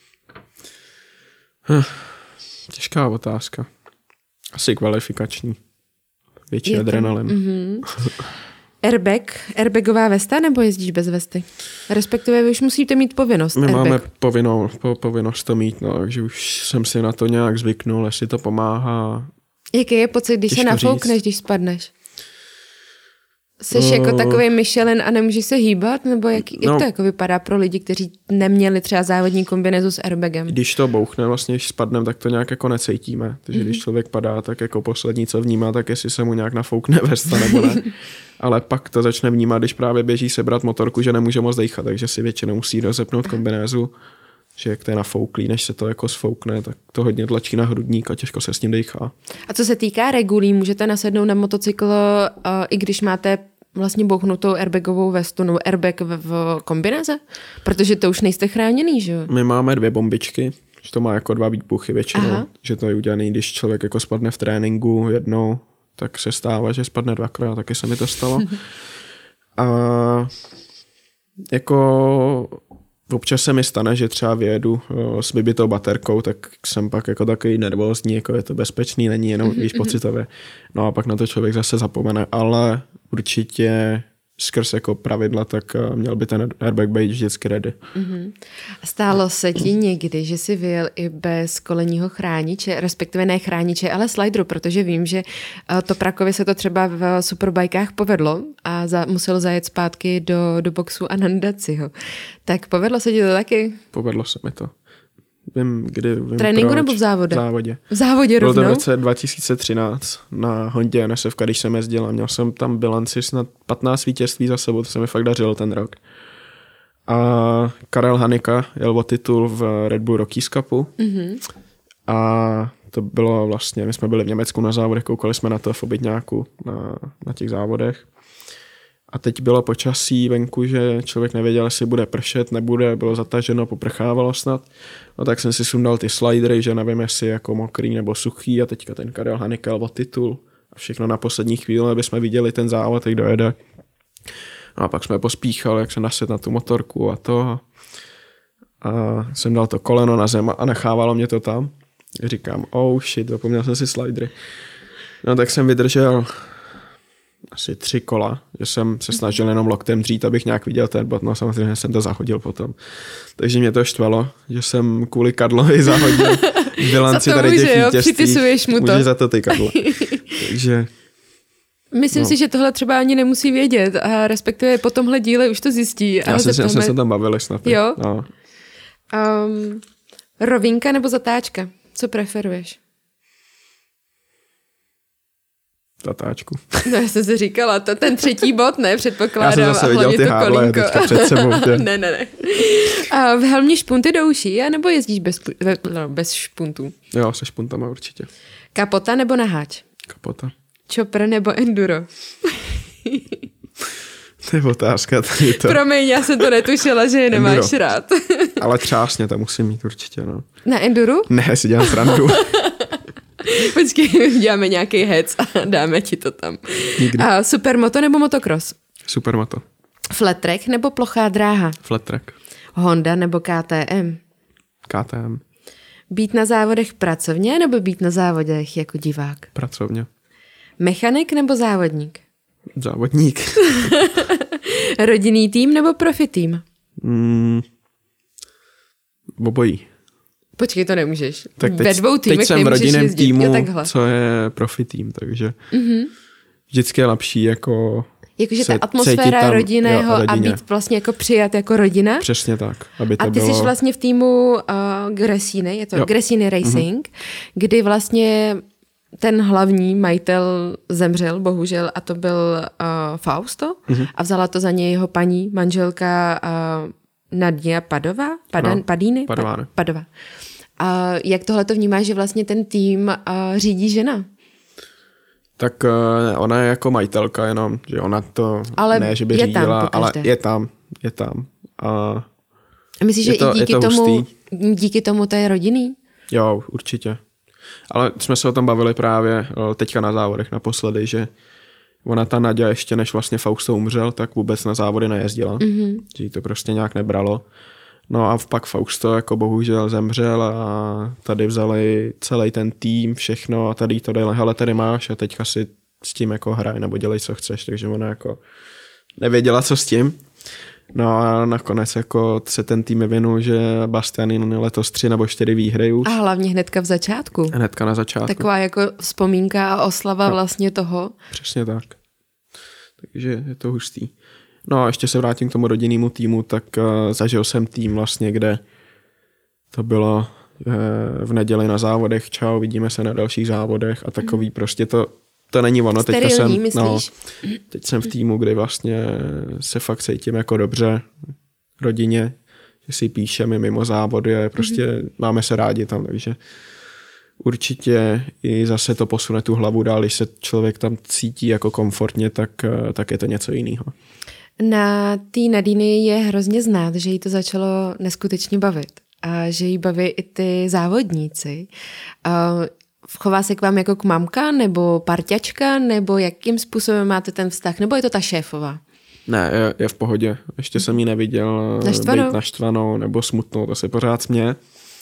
[SPEAKER 1] Těžká otázka. Asi kvalifikační. Větší adrenalin.
[SPEAKER 2] Airbagová vesta nebo jezdíš bez vesty? Respektive vy už musíte mít povinnost.
[SPEAKER 1] My máme povinnost to mít, no, takže už jsem si na to nějak zvyknul, jestli to pomáhá.
[SPEAKER 2] Jaký je pocit, když
[SPEAKER 1] Těžko
[SPEAKER 2] se nafoukneš,
[SPEAKER 1] říct.
[SPEAKER 2] když spadneš? Jsi jako takový Michelin a nemůžeš se hýbat? Nebo jak to jako vypadá pro lidi, kteří neměli třeba závodní kombinézu s airbagem?
[SPEAKER 1] Když to bouchne, vlastně, když spadnem, tak to nějak jako necítíme. Takže když člověk padá, tak jako poslední, co vnímá, tak jestli se mu nějak nafoukne vesta nebo ne. Ale pak to začne vnímat, když právě běží sebrat motorku, že nemůže moc dýchat, takže si většinou musí rozepnout kombinézu, že jak to je nafouklý, než se to jako sfoukne, tak to hodně tlačí na hrudník a těžko se s tím dýchá.
[SPEAKER 2] A co se týká regulí, můžete nasednout na motocykl, i když máte vlastně bouchnutou airbagovou vestu nebo airbag v kombinéze? Protože to už nejste chráněný, že jo?
[SPEAKER 1] My máme 2 bombičky, že to má jako 2 výbuchy většinou, že to je udělaný, když člověk jako spadne v tréninku jednou, tak se stává, že spadne 2krát, taky se mi to stalo. A jako občas se mi stane, že třeba vyjedu s vybitou baterkou, tak jsem pak jako takový nervózní, jako je to bezpečný, není jenom víš pocitově. No a pak na to člověk zase zapomene, ale určitě skrz jako pravidla, tak měl by ten airbag být vždycky ready.
[SPEAKER 2] Stalo se ti někdy, že jsi vyjel i bez kolenního chrániče, respektive ne chrániče, ale slideru, protože vím, že to Prakově se to třeba v superbajkách povedlo a musel zajet zpátky do boxu a nandat si ho. Tak povedlo se ti to taky?
[SPEAKER 1] Povedlo se mi to. Vím,
[SPEAKER 2] tréninku
[SPEAKER 1] proč.
[SPEAKER 2] Nebo v závodě?
[SPEAKER 1] V závodě.
[SPEAKER 2] V závodě rovnou?
[SPEAKER 1] Bylo to v roce 2013 na Hondě NSF, když jsem jezdil a měl jsem tam bilanci snad 15 vítězství za sebou, to se mi fakt dařilo ten rok. A Karel Hanika jel o titul v Red Bull Rockies Cupu. A to bylo vlastně, my jsme byli v Německu na závodech, koukali jsme na to v obytňáku na těch závodech. A teď bylo počasí venku, že člověk nevěděl, jestli bude pršet, nebude, bylo zataženo, poprchávalo snad. No tak jsem si sundal ty slidery, že nevím, jestli jako mokrý nebo suchý a teďka ten Karel Hanika o titul a všechno na poslední chvíli, aby jsme viděli ten závod, jak dojede. No a pak jsme pospíchali, jak se naset na tu motorku a to. A jsem dal to koleno na zem a nechávalo mě to tam. Říkám, oh shit, zapomněl jsem si slidery. No tak jsem vydržel asi 3 kola, že jsem se snažil jenom loktem dřít, abych nějak viděl ten bod, no samozřejmě jsem to zahodil potom. Takže mě to štvalo, že jsem kvůli Kadlovi zahodil bilanci tady těch vítězství.
[SPEAKER 2] Připisuješ mu to.
[SPEAKER 1] Můžeš za to ty, Kadlo. Takže...
[SPEAKER 2] Myslím si, že tohle třeba ani nemusí vědět a respektive po tomhle díle už to zjistí.
[SPEAKER 1] Já jsem se tam bavili snad.
[SPEAKER 2] Jo?
[SPEAKER 1] No.
[SPEAKER 2] Rovinka nebo zatáčka? Co preferuješ?
[SPEAKER 1] Zatáčku.
[SPEAKER 2] No, já jsem si říkala, to ten 3. bod, ne, předpokládám.
[SPEAKER 1] Já jsem zase viděl ty Harley teďka před sebou.
[SPEAKER 2] Ne. A v helmě špunty do uší, anebo jezdíš bez špuntů?
[SPEAKER 1] Jo, se špuntama určitě.
[SPEAKER 2] Kapota nebo naháč?
[SPEAKER 1] Kapota.
[SPEAKER 2] Chopper nebo enduro?
[SPEAKER 1] To je otázka tady to.
[SPEAKER 2] Promiň, já jsem to netušila, že je nemáš enduro. Rád.
[SPEAKER 1] Ale třásně to musím mít určitě, no.
[SPEAKER 2] Na enduru?
[SPEAKER 1] Ne, si dělám srandu.
[SPEAKER 2] Počkej, děláme nějaký hec a dáme ti to tam.
[SPEAKER 1] Nikdy.
[SPEAKER 2] A supermoto nebo motocross?
[SPEAKER 1] Supermoto.
[SPEAKER 2] Flat track nebo plochá dráha?
[SPEAKER 1] Flat track.
[SPEAKER 2] Honda nebo KTM?
[SPEAKER 1] KTM.
[SPEAKER 2] Být na závodech pracovně nebo být na závodech jako divák?
[SPEAKER 1] Pracovně.
[SPEAKER 2] Mechanik nebo závodník?
[SPEAKER 1] Závodník.
[SPEAKER 2] Rodinný tým nebo profi tým?
[SPEAKER 1] Obojí.
[SPEAKER 2] Počkej, to nemůžeš.
[SPEAKER 1] Tak
[SPEAKER 2] ve 2 týmech
[SPEAKER 1] teď jsem v rodinném týmu,
[SPEAKER 2] takhle.
[SPEAKER 1] co je profi tým, takže vždycky je lepší jako
[SPEAKER 2] jakože ta atmosféra rodinného a být vlastně jako přijat jako rodina.
[SPEAKER 1] Přesně tak. Aby to
[SPEAKER 2] a ty
[SPEAKER 1] bylo...
[SPEAKER 2] jsi vlastně v týmu Gresini, je to Gresini Racing, kdy vlastně ten hlavní majitel zemřel, bohužel, a to byl Fausto a vzala to za něj jeho paní, manželka Nadia Padova? Padova. A jak tohle to vnímáš, že vlastně ten tým řídí žena?
[SPEAKER 1] Tak ona je jako majitelka jenom, že ona to ale ne, že by řídila, ale je tam. A
[SPEAKER 2] myslíš, že i díky tomu to je rodinný?
[SPEAKER 1] Jo, určitě. Ale jsme se o tom bavili právě teďka na závodech naposledy, že ona ta Nadia ještě než vlastně Fausto umřel, tak vůbec na závody nejezdila. Že jí to prostě nějak nebralo. No a pak Fausto jako bohužel zemřel a tady vzali celý ten tým, všechno a tady to dali, hele, tady máš a teďka si s tím jako hraj nebo dělej, co chceš, takže ona jako nevěděla, co s tím. No a nakonec jako se ten tým vyvinul, že Bastianini letos 3 nebo 4 výhry už.
[SPEAKER 2] A hlavně hnedka v začátku.
[SPEAKER 1] Hnedka na začátku.
[SPEAKER 2] Taková jako vzpomínka a oslava vlastně toho.
[SPEAKER 1] Přesně tak. Takže je to hustý. No a ještě se vrátím k tomu rodinnému týmu, tak zažil jsem tým vlastně, kde to bylo v neděli na závodech, čau, vidíme se na dalších závodech a takový prostě to není ono.
[SPEAKER 2] Sterilní, myslíš?
[SPEAKER 1] Teď jsem v týmu, kde vlastně se fakt cítím jako dobře rodině, že si píšeme mimo závody a prostě máme se rádi tam, takže určitě i zase to posune tu hlavu dál, když se člověk tam cítí jako komfortně, tak je to něco jiného. Na
[SPEAKER 2] té Nadiny je hrozně znát, že jí to začalo neskutečně bavit a že jí baví i ty závodníci. Chová se k vám jako k mamka nebo parťačka, nebo jakým způsobem máte ten vztah, nebo je to ta šéfová?
[SPEAKER 1] Ne, je v pohodě. Ještě jsem ji neviděl být naštvanou nebo smutnou, to se pořád směje.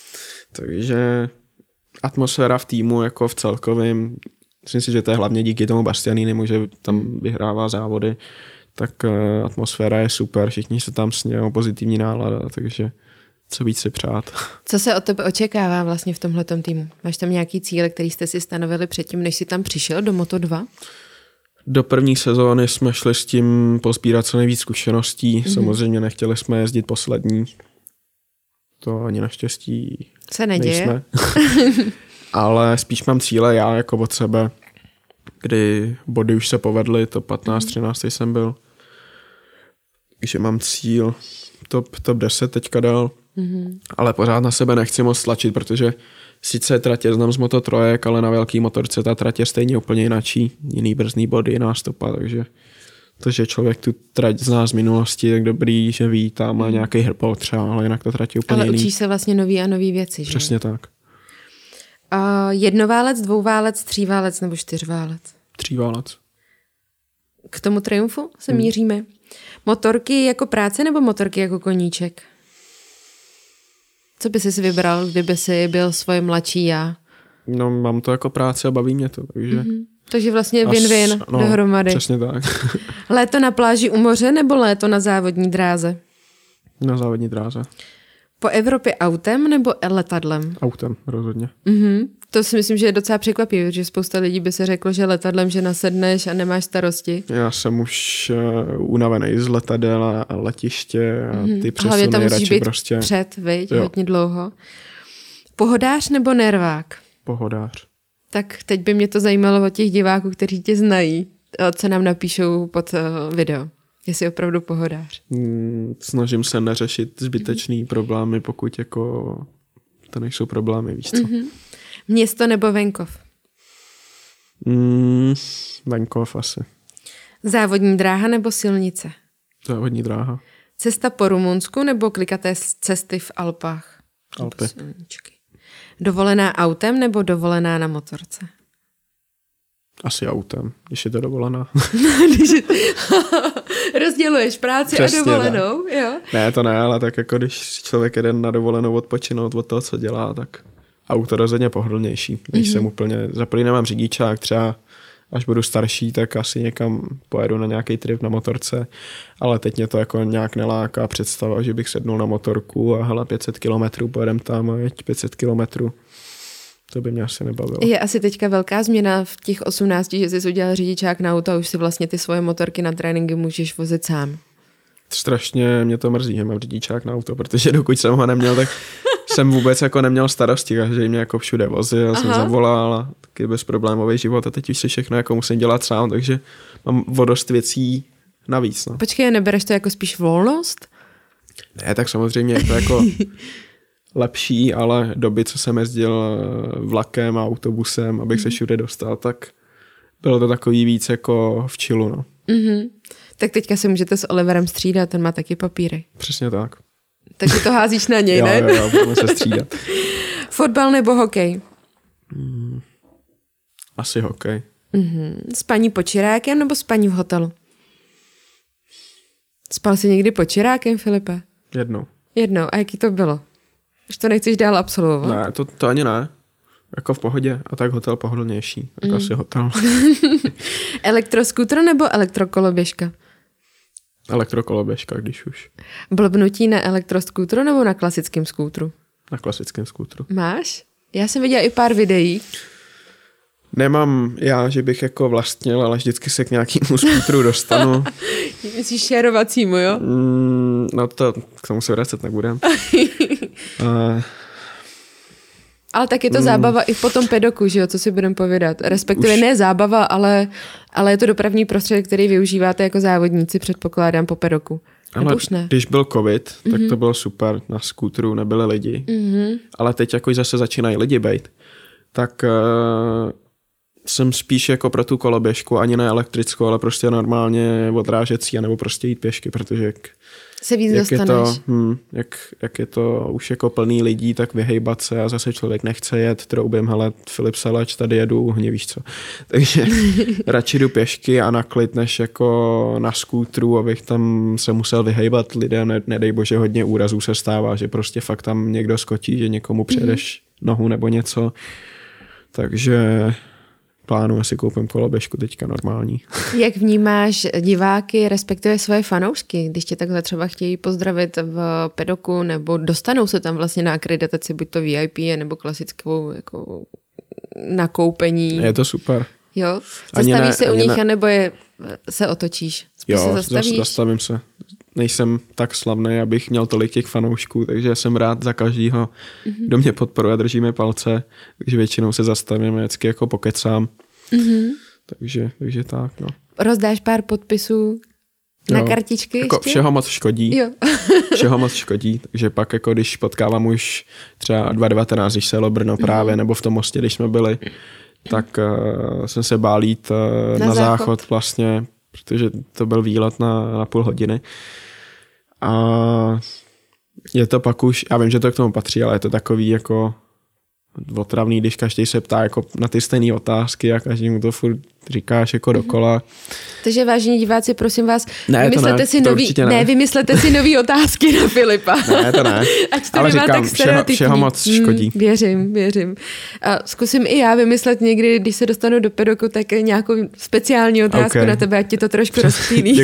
[SPEAKER 1] Takže atmosféra v týmu jako v celkovém, myslím si, že to je hlavně díky tomu Bastianinimu, že tam vyhrává závody, tak atmosféra je super, všichni se tam smějou, pozitivní nálada, takže co víc si přát.
[SPEAKER 2] Co se od tebe očekává vlastně v tomhletom týmu? Máš tam nějaký cíle, který jste si stanovili předtím, než jsi tam přišel do Moto2?
[SPEAKER 1] Do první sezóny jsme šli s tím pozbírat co nejvíc zkušeností. Samozřejmě nechtěli jsme jezdit poslední. To ani naštěstí
[SPEAKER 2] se neděje.
[SPEAKER 1] Nejsme. Ale spíš mám cíle já jako od sebe, kdy body už se povedly, to 15, 13 jsem byl. Takže mám cíl top 10 teďka dal, ale pořád na sebe nechci moc tlačit, protože sice tratě znám z Moto3, ale na velký motorce ta tratě stejně úplně jinačí, jiný brzdný body, jiná stopa, takže to, že člověk tu trať zná z minulosti, tak dobrý, že ví, tam má nějaký hrpol třeba, ale jinak to tratí úplně jiný.
[SPEAKER 2] Ale učíš se vlastně nový a nový věci, že?
[SPEAKER 1] Přesně tak.
[SPEAKER 2] Jednoválec, dvouválec, tříválec nebo čtyřválec?
[SPEAKER 1] Tříválec.
[SPEAKER 2] K tomu triumfu se míříme. Motorky jako práce nebo motorky jako koníček? Co by jsi vybral, kdyby jsi byl svoje mladší já?
[SPEAKER 1] No, mám to jako práce a baví mě to, takže...
[SPEAKER 2] Takže vlastně win-win dohromady.
[SPEAKER 1] Přesně tak.
[SPEAKER 2] Léto na pláži u moře nebo léto na závodní dráze?
[SPEAKER 1] Na závodní dráze.
[SPEAKER 2] Po Evropě autem nebo letadlem?
[SPEAKER 1] Autem, rozhodně.
[SPEAKER 2] To si myslím, že je docela překvapivé, že spousta lidí by se řeklo, že letadlem, že nasedneš a nemáš starosti.
[SPEAKER 1] Já jsem už unavený z letadel a letiště a ty přesuny.
[SPEAKER 2] Hlavně tam musíš být
[SPEAKER 1] prostě
[SPEAKER 2] před, viď, hodně dlouho. Pohodář nebo nervák?
[SPEAKER 1] Pohodář.
[SPEAKER 2] Tak teď by mě to zajímalo od těch diváků, kteří tě znají, co nám napíšou pod video. Jestli opravdu pohodář.
[SPEAKER 1] Snažím se neřešit zbytečný problémy, pokud jako to nejsou problémy, víš co.
[SPEAKER 2] Město nebo venkov?
[SPEAKER 1] Venkov asi.
[SPEAKER 2] Závodní dráha nebo silnice?
[SPEAKER 1] Závodní dráha.
[SPEAKER 2] Cesta po Rumunsku nebo klikaté cesty v Alpách?
[SPEAKER 1] Alpy.
[SPEAKER 2] Dovolená autem nebo dovolená na motorce?
[SPEAKER 1] Asi autem, když je to dovolená.
[SPEAKER 2] Rozděluješ práci přesně, a dovolenou, ne. Jo?
[SPEAKER 1] Ne, to ne, ale tak jako když člověk jde na dovolenou odpočinout od toho, co dělá, tak auto rozhodně pohodlnější. Když jsem úplně, za první nemám řidičák, třeba až budu starší, tak asi někam pojedu na nějaký trip na motorce, ale teď mě to jako nějak neláká představa, že bych sednul na motorku a hele 500 kilometrů, pojedem tam a jeď 500 kilometrů. To by mě asi nebavilo.
[SPEAKER 2] Je asi teďka velká změna v těch 18, že jsi udělal řidičák na auto a už si vlastně ty svoje motorky na tréninky můžeš vozit sám.
[SPEAKER 1] Strašně mě to mrzí, že mám řidičák na auto, protože dokud jsem ho neměl, tak jsem vůbec jako neměl starosti, každý mě jako všude vozil, jsem zavolal a taky bezproblémový život a teď už si všechno jako musím dělat sám, takže mám o dost věcí navíc. No.
[SPEAKER 2] Počkej, nebereš to jako spíš volnost?
[SPEAKER 1] Ne, tak samozřejmě je to jako lepší, ale doby, co jsem jezdil vlakem a autobusem, abych se všude dostal, tak bylo to takový víc jako v chillu, no.
[SPEAKER 2] Tak teďka si můžete s Oliverem střídat, ten má taky papíry.
[SPEAKER 1] Přesně tak.
[SPEAKER 2] Takže to házíš na něj, ne?
[SPEAKER 1] Jo, budeme se střídat.
[SPEAKER 2] Fotbal nebo hokej?
[SPEAKER 1] Asi hokej.
[SPEAKER 2] Spaní pod čirákem nebo spaní v hotelu? Spal jsi někdy pod čirákem, Filipe? Jednou. A jaký to bylo? Už to nechceš dál absolvovat?
[SPEAKER 1] Ne, to ani ne. Jako v pohodě. A tak hotel pohodlnější. Jako asi hotel.
[SPEAKER 2] Elektroskútr nebo elektrokoloběžka?
[SPEAKER 1] Elektrokoloběžka, když už.
[SPEAKER 2] Blbnutí na elektroskútru nebo na klasickém skútru?
[SPEAKER 1] Na klasickém skútru.
[SPEAKER 2] Máš? Já jsem viděla i pár videí.
[SPEAKER 1] Nemám já, že bych jako vlastnil, ale vždycky se k nějakému skútru dostanu.
[SPEAKER 2] Myslíš šerovacímu, jo?
[SPEAKER 1] No to k tomu se vracet nebudem.
[SPEAKER 2] Ale tak je to zábava i po tom pedoku, že jo, co si budeme povědat. Respektive ne zábava, ale je to dopravní prostředek, který využíváte jako závodníci, předpokládám, po pedoku.
[SPEAKER 1] Ale už ne? Když byl covid, tak to bylo super. Na skútru nebyli lidi. Ale teď jako zase začínají lidi bejt. Tak jsem spíš jako pro tu koloběžku, ani ne elektrickou, ale prostě normálně odrážecí, anebo prostě jít pěšky, protože
[SPEAKER 2] se víc dostaneš.
[SPEAKER 1] Jak je to už jako plný lidí, tak vyhejbat se a zase člověk nechce jet, troubím, hele, Filip Salač, tady jedu, víš co. Takže radši jdu pěšky a na klid, než jako na skútru, abych tam se musel vyhejbat lidem, nedej bože, hodně úrazů se stává, že prostě fakt tam někdo skotí, že někomu přejedeš nohu nebo něco. Takže plánuji, si koupím koloběžku teďka normální. Jak
[SPEAKER 2] vnímáš diváky, respektive svoje fanoušky, když tě takhle třeba chtějí pozdravit v pedoku, nebo dostanou se tam vlastně na akreditaci, buď to VIP, nebo klasickou jako nakoupení?
[SPEAKER 1] Je to super.
[SPEAKER 2] Jo? Zastavíš se u nich, anebo se otočíš?
[SPEAKER 1] Spíš jo, zastavím se. Nejsem tak slavný, abych měl tolik těch fanoušků, takže jsem rád za každýho, kdo mě podporuje a drží mi palce, takže většinou se zastavím a vždycky jako pokecám. Takže tak, no.
[SPEAKER 2] Rozdáš pár podpisů na kartičky
[SPEAKER 1] jako ještě? Všeho moc škodí.
[SPEAKER 2] Jo.
[SPEAKER 1] Všeho moc škodí, takže pak jako když potkávám už třeba 2019, když se jelo Brno právě, nebo v tom Mostě, když jsme byli, tak jsem se bál jít na záchod vlastně, protože to byl výlet na půl hodiny. A je to pak už, já vím, že to k tomu patří, ale je to takový jako otravný, když každý se ptá jako na ty stejné otázky a každý mu to furt říkáš jako dokola.
[SPEAKER 2] Takže vážení diváci, prosím vás,
[SPEAKER 1] vymyslete
[SPEAKER 2] si nový otázky na Filipa.
[SPEAKER 1] Ne, to ne.
[SPEAKER 2] Ať to ale říkám,
[SPEAKER 1] všeho moc škodí.
[SPEAKER 2] Věřím. A zkusím i já vymyslet někdy, když se dostanu do pedoku, tak nějakou speciální otázku na tebe, ať ti to trošku rozptýlí.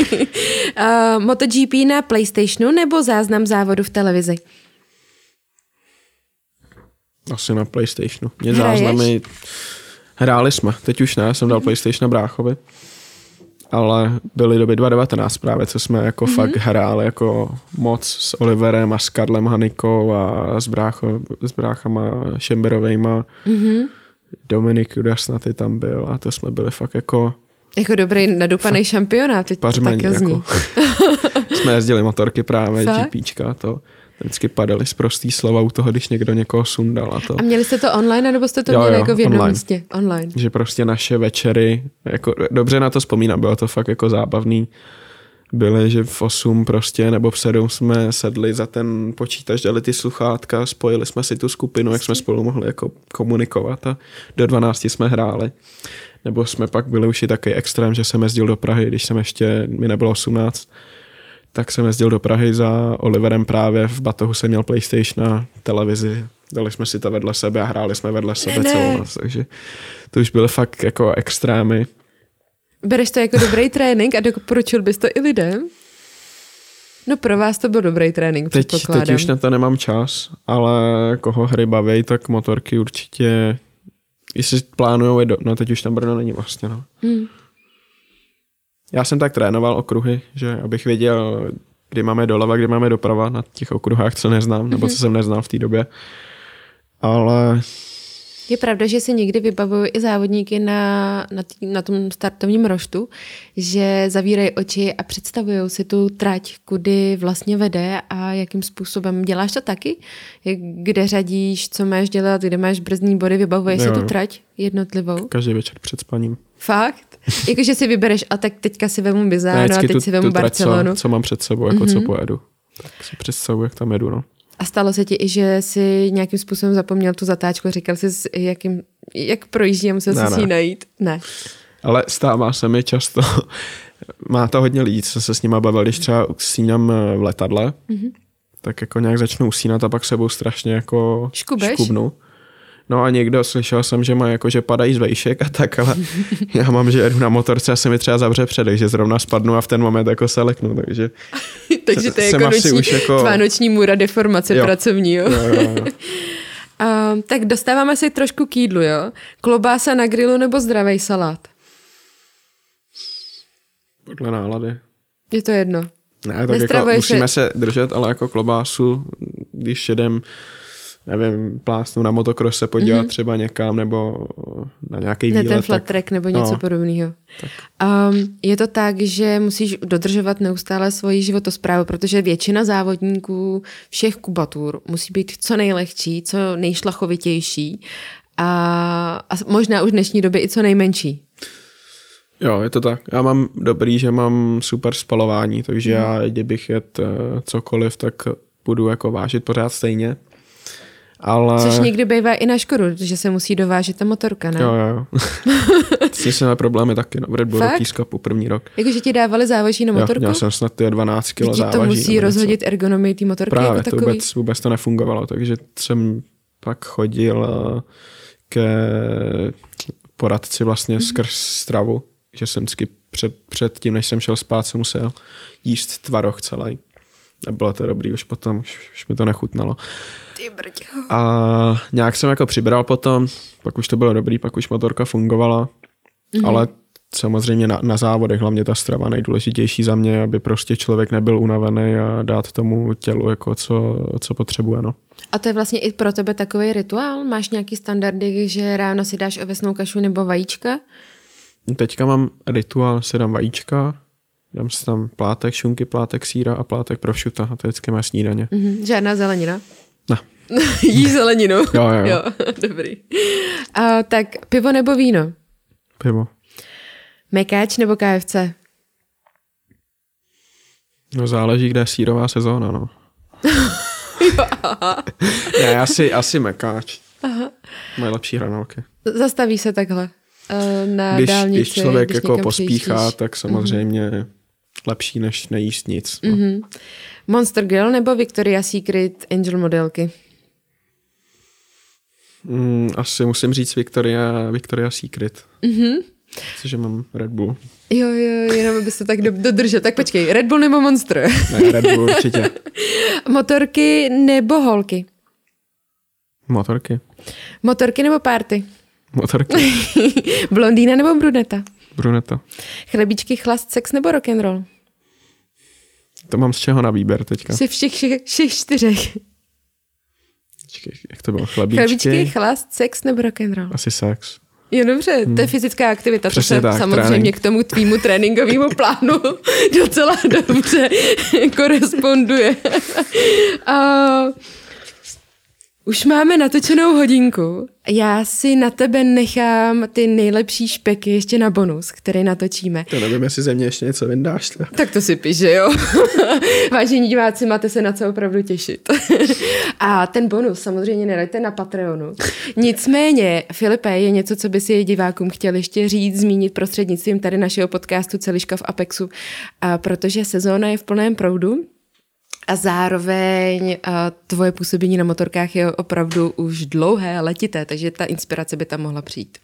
[SPEAKER 2] MotoGP na PlayStationu nebo záznam závodu v televizi?
[SPEAKER 1] Asi na PlayStationu. Mě záznamy hráli jsme. Teď už ne, jsem dal PlayStation na bráchovi. Ale byly doby 2019 právě, co jsme jako fakt hráli jako moc s Oliverem a s Karlem Hanikou a s bráchama Šemberovejma. Dominik Udasnaty tam byl a to jsme byli fakt jako
[SPEAKER 2] dobrý nadupaný šampionát.
[SPEAKER 1] Pařmení, jako. Jsme jezdili motorky právě, GPčka to. Vždycky padaly z prostý slova u toho, když někdo někoho sundal a to.
[SPEAKER 2] A měli jste to online, nebo jste to měli jako v jednom místě? Online.
[SPEAKER 1] Že prostě naše večery, jako dobře na to vzpomínám, bylo to fakt jako zábavný. Byly, že v 8 prostě, nebo v 7 jsme sedli za ten počítač, dali ty sluchátka, spojili jsme si tu skupinu, jak jsme spolu mohli jako komunikovat a do 12 jsme hráli. Nebo jsme pak byli už i takový extrém, že jsem jezdil do Prahy, když jsem ještě, mi nebylo 18, tak jsem jezdil do Prahy za Oliverem právě, v batohu jsem měl PlayStation na televizi, dali jsme si to vedle sebe a hráli jsme vedle sebe celou noc, takže to už byly fakt jako extrémy.
[SPEAKER 2] Bereš to jako dobrý trénink a doporučil bys to i lidem? No pro vás to byl dobrý trénink, předpokládám.
[SPEAKER 1] Teď už na to nemám čas, ale koho hry baví, tak motorky určitě, jestli plánujou, no teď už tam Brno není vlastně, no. Já jsem tak trénoval okruhy, že abych věděl, kdy máme doleva, kdy máme doprava na těch okruhách, co neznám, nebo co jsem neznal v té době. Ale
[SPEAKER 2] je pravda, že si někdy vybavují i závodníky na tom startovním roštu, že zavírají oči a představují si tu trať, kudy vlastně vede a jakým způsobem. Děláš to taky? Kde řadíš, co máš dělat, kde máš brzdní body, vybavuješ si tu trať jednotlivou?
[SPEAKER 1] Každý večer před spaním.
[SPEAKER 2] Fakt? Jakože si vybereš, a tak teďka si vemu Bizáno a teď si vemu Barcelonu.
[SPEAKER 1] Trať, co mám před sebou, jako co pojedu. Tak si představuji, jak tam jedu, no.
[SPEAKER 2] A stalo se ti i, že jsi nějakým způsobem zapomněl tu zatáčku a říkal jsi, jak projíždí a musel jsi ji najít? Ne.
[SPEAKER 1] Ale stává se mi často, má to hodně lidí, co se s nima bavil, když třeba usínám v letadle, tak jako nějak začnu usínat a pak sebou strašně jako škubnu. No a někdo, slyšel jsem, že má jako, že padají z vejšek a tak, ale já mám, že jedu na motorce a se mi třeba zavře předek, že zrovna spadnu a v ten moment jako se leknu, takže...
[SPEAKER 2] takže to je jako tvá noční můra deformace pracovní, jo? Jo. Tak dostáváme se trošku k jídlu, jo? Klobása na grilu nebo zdravý salát?
[SPEAKER 1] Podle nálady.
[SPEAKER 2] Je to jedno.
[SPEAKER 1] Ne, tak jako musíme se držet, ale jako klobásu, když jedem, nevím, plásnu na motokrose podívat třeba někam, nebo na nějaký výlet.
[SPEAKER 2] Ten flat track nebo něco podobného. Je to tak, že musíš dodržovat neustále svoji životosprávu, protože většina závodníků všech kubatur musí být co nejlehčí, co nejšlachovitější a možná už v dnešní době i co nejmenší.
[SPEAKER 1] Jo, je to tak. Já mám dobrý, že mám super spalování, takže já, kdybych jet cokoliv, tak budu jako vážit pořád stejně. Ale...
[SPEAKER 2] Což někdy bývá i na škodu, že se musí dovážet ta motorka, ne?
[SPEAKER 1] Jo. S tím jsme problémy taky, no, v Red Bull Rookies Cupu první rok.
[SPEAKER 2] Jakože ti dávali závaží na motorku?
[SPEAKER 1] Jo, já jsem snad 12 kg závaží.
[SPEAKER 2] To musí rozhodit ergonomii té motorky
[SPEAKER 1] právě,
[SPEAKER 2] jako takový?
[SPEAKER 1] Právě, vůbec to nefungovalo, takže jsem pak chodil ke poradci vlastně skrz stravu, že jsem vždycky před tím, než jsem šel spát, jsem musel jíst tvaroh celý. A bylo to dobrý, už potom, už mi to nechutnalo.
[SPEAKER 2] Ty brďo.
[SPEAKER 1] A nějak jsem jako přibral potom, pak už to bylo dobrý, pak už motorka fungovala, ale samozřejmě na závodech, hlavně ta strava nejdůležitější za mě, aby prostě člověk nebyl unavený a dát tomu tělu, jako co potřebuje. No.
[SPEAKER 2] A to je vlastně i pro tebe takový rituál? Máš nějaký standardy, že ráno si dáš ovesnou kašu nebo vajíčka?
[SPEAKER 1] Teďka mám rituál, si dám vajíčka, dám si tam plátek šunky, plátek sýra a plátek prosciutta a to je vždycky má snídaně.
[SPEAKER 2] Žádná zelenina?
[SPEAKER 1] Ne.
[SPEAKER 2] Jí zeleninu?
[SPEAKER 1] Jo.
[SPEAKER 2] Dobrý. Tak pivo nebo víno?
[SPEAKER 1] Pivo.
[SPEAKER 2] Mekáč nebo KFC?
[SPEAKER 1] No záleží, kde je sýrová sezóna, no. Ne, asi mekáč. Aha. Mají lepší hranolky.
[SPEAKER 2] Zastaví se takhle na dálnici.
[SPEAKER 1] Když člověk jako pospíchá, tak samozřejmě lepší, než nejíst nic. No.
[SPEAKER 2] Monster Girl nebo Victoria's Secret Angel modelky?
[SPEAKER 1] Asi musím říct Victoria's Secret. Protože mám Red Bull.
[SPEAKER 2] Jo, jenom aby se tak dodržel. Tak počkej, Red Bull nebo Monster?
[SPEAKER 1] Ne, Red Bull určitě.
[SPEAKER 2] Motorky nebo holky?
[SPEAKER 1] Motorky.
[SPEAKER 2] Motorky nebo party?
[SPEAKER 1] Motorky.
[SPEAKER 2] Blondýna nebo bruneta?
[SPEAKER 1] Bruneta.
[SPEAKER 2] Chlebíčky, chlast, sex nebo rock'n'roll?
[SPEAKER 1] To mám z čeho na výběr teďka.
[SPEAKER 2] Jsi všech 4.
[SPEAKER 1] Jak to bylo? Chlebíčky,
[SPEAKER 2] chlast, sex nebo rock'n'roll?
[SPEAKER 1] Asi sex.
[SPEAKER 2] Jo, dobře, to je fyzická aktivita,
[SPEAKER 1] přesně
[SPEAKER 2] to se
[SPEAKER 1] tak,
[SPEAKER 2] samozřejmě
[SPEAKER 1] trénink.
[SPEAKER 2] k tomu tvýmu tréninkovému plánu docela dobře koresponduje. Už máme natočenou hodinku. Já si na tebe nechám ty nejlepší špeky ještě na bonus, který natočíme.
[SPEAKER 1] To nevím, jestli ze mě ještě něco vyndáš.
[SPEAKER 2] Tak to si píš, že jo? Vážení diváci, máte se na co opravdu těšit. A ten bonus samozřejmě nedajte na Patreonu. Nicméně, Filipe, je něco, co by si divákům chtěl ještě říct, zmínit prostřednictvím tady našeho podcastu Celiška v Apexu, protože sezóna je v plném proudu. A zároveň tvoje působení na motorkách je opravdu už dlouhé, letité, takže ta inspirace by tam mohla přijít.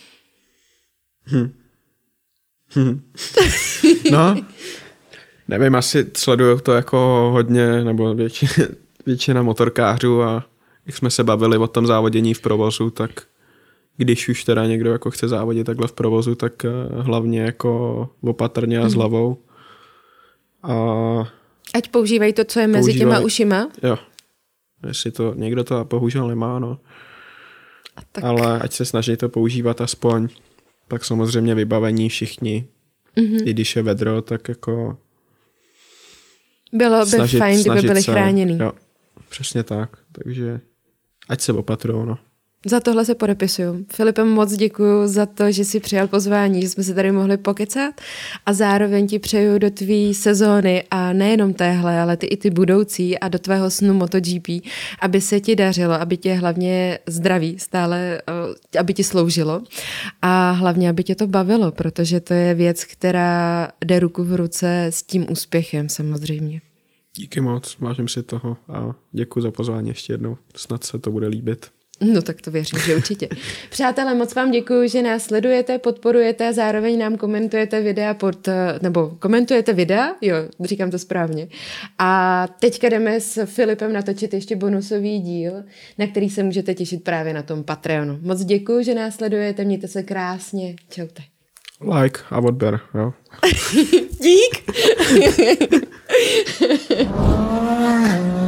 [SPEAKER 1] No, nevím, asi sleduju to jako hodně, nebo většina motorkářů a jak jsme se bavili o tom závodění v provozu, tak když už teda někdo jako chce závodit takhle v provozu, tak hlavně jako opatrně a s hlavou.
[SPEAKER 2] Ať používají to, co je mezi těma ušima?
[SPEAKER 1] Jo. Jestli to někdo to bohužel nemá, no. Tak. Ale ať se snaží to používat aspoň, tak samozřejmě vybavení všichni. I když je vedro, tak jako...
[SPEAKER 2] Bylo by fajn, kdyby byli chráněný.
[SPEAKER 1] Jo, přesně tak. Takže ať se opatrujou, no.
[SPEAKER 2] Za tohle se podepisuju. Filipe, moc děkuju za to, že jsi přijal pozvání, že jsme se tady mohli pokecat a zároveň ti přeju do tvý sezóny a nejenom téhle, ale i ty budoucí a do tvého snu MotoGP, aby se ti dařilo, aby tě hlavně zdraví stále, aby ti sloužilo a hlavně, aby tě to bavilo, protože to je věc, která jde ruku v ruce s tím úspěchem samozřejmě.
[SPEAKER 1] Díky moc, vážím si toho a děkuji za pozvání ještě jednou. Snad se to bude líbit.
[SPEAKER 2] No tak to věřím, že určitě. Přátelé, moc vám děkuji, že nás sledujete, podporujete a zároveň nám komentujete videa komentujete videa, jo, říkám to správně. A teďka jdeme s Filipem natočit ještě bonusový díl, na který se můžete těšit právě na tom Patreonu. Moc děkuji, že nás sledujete, mějte se krásně. Čaute.
[SPEAKER 1] Like a odběr, jo.
[SPEAKER 2] Dík!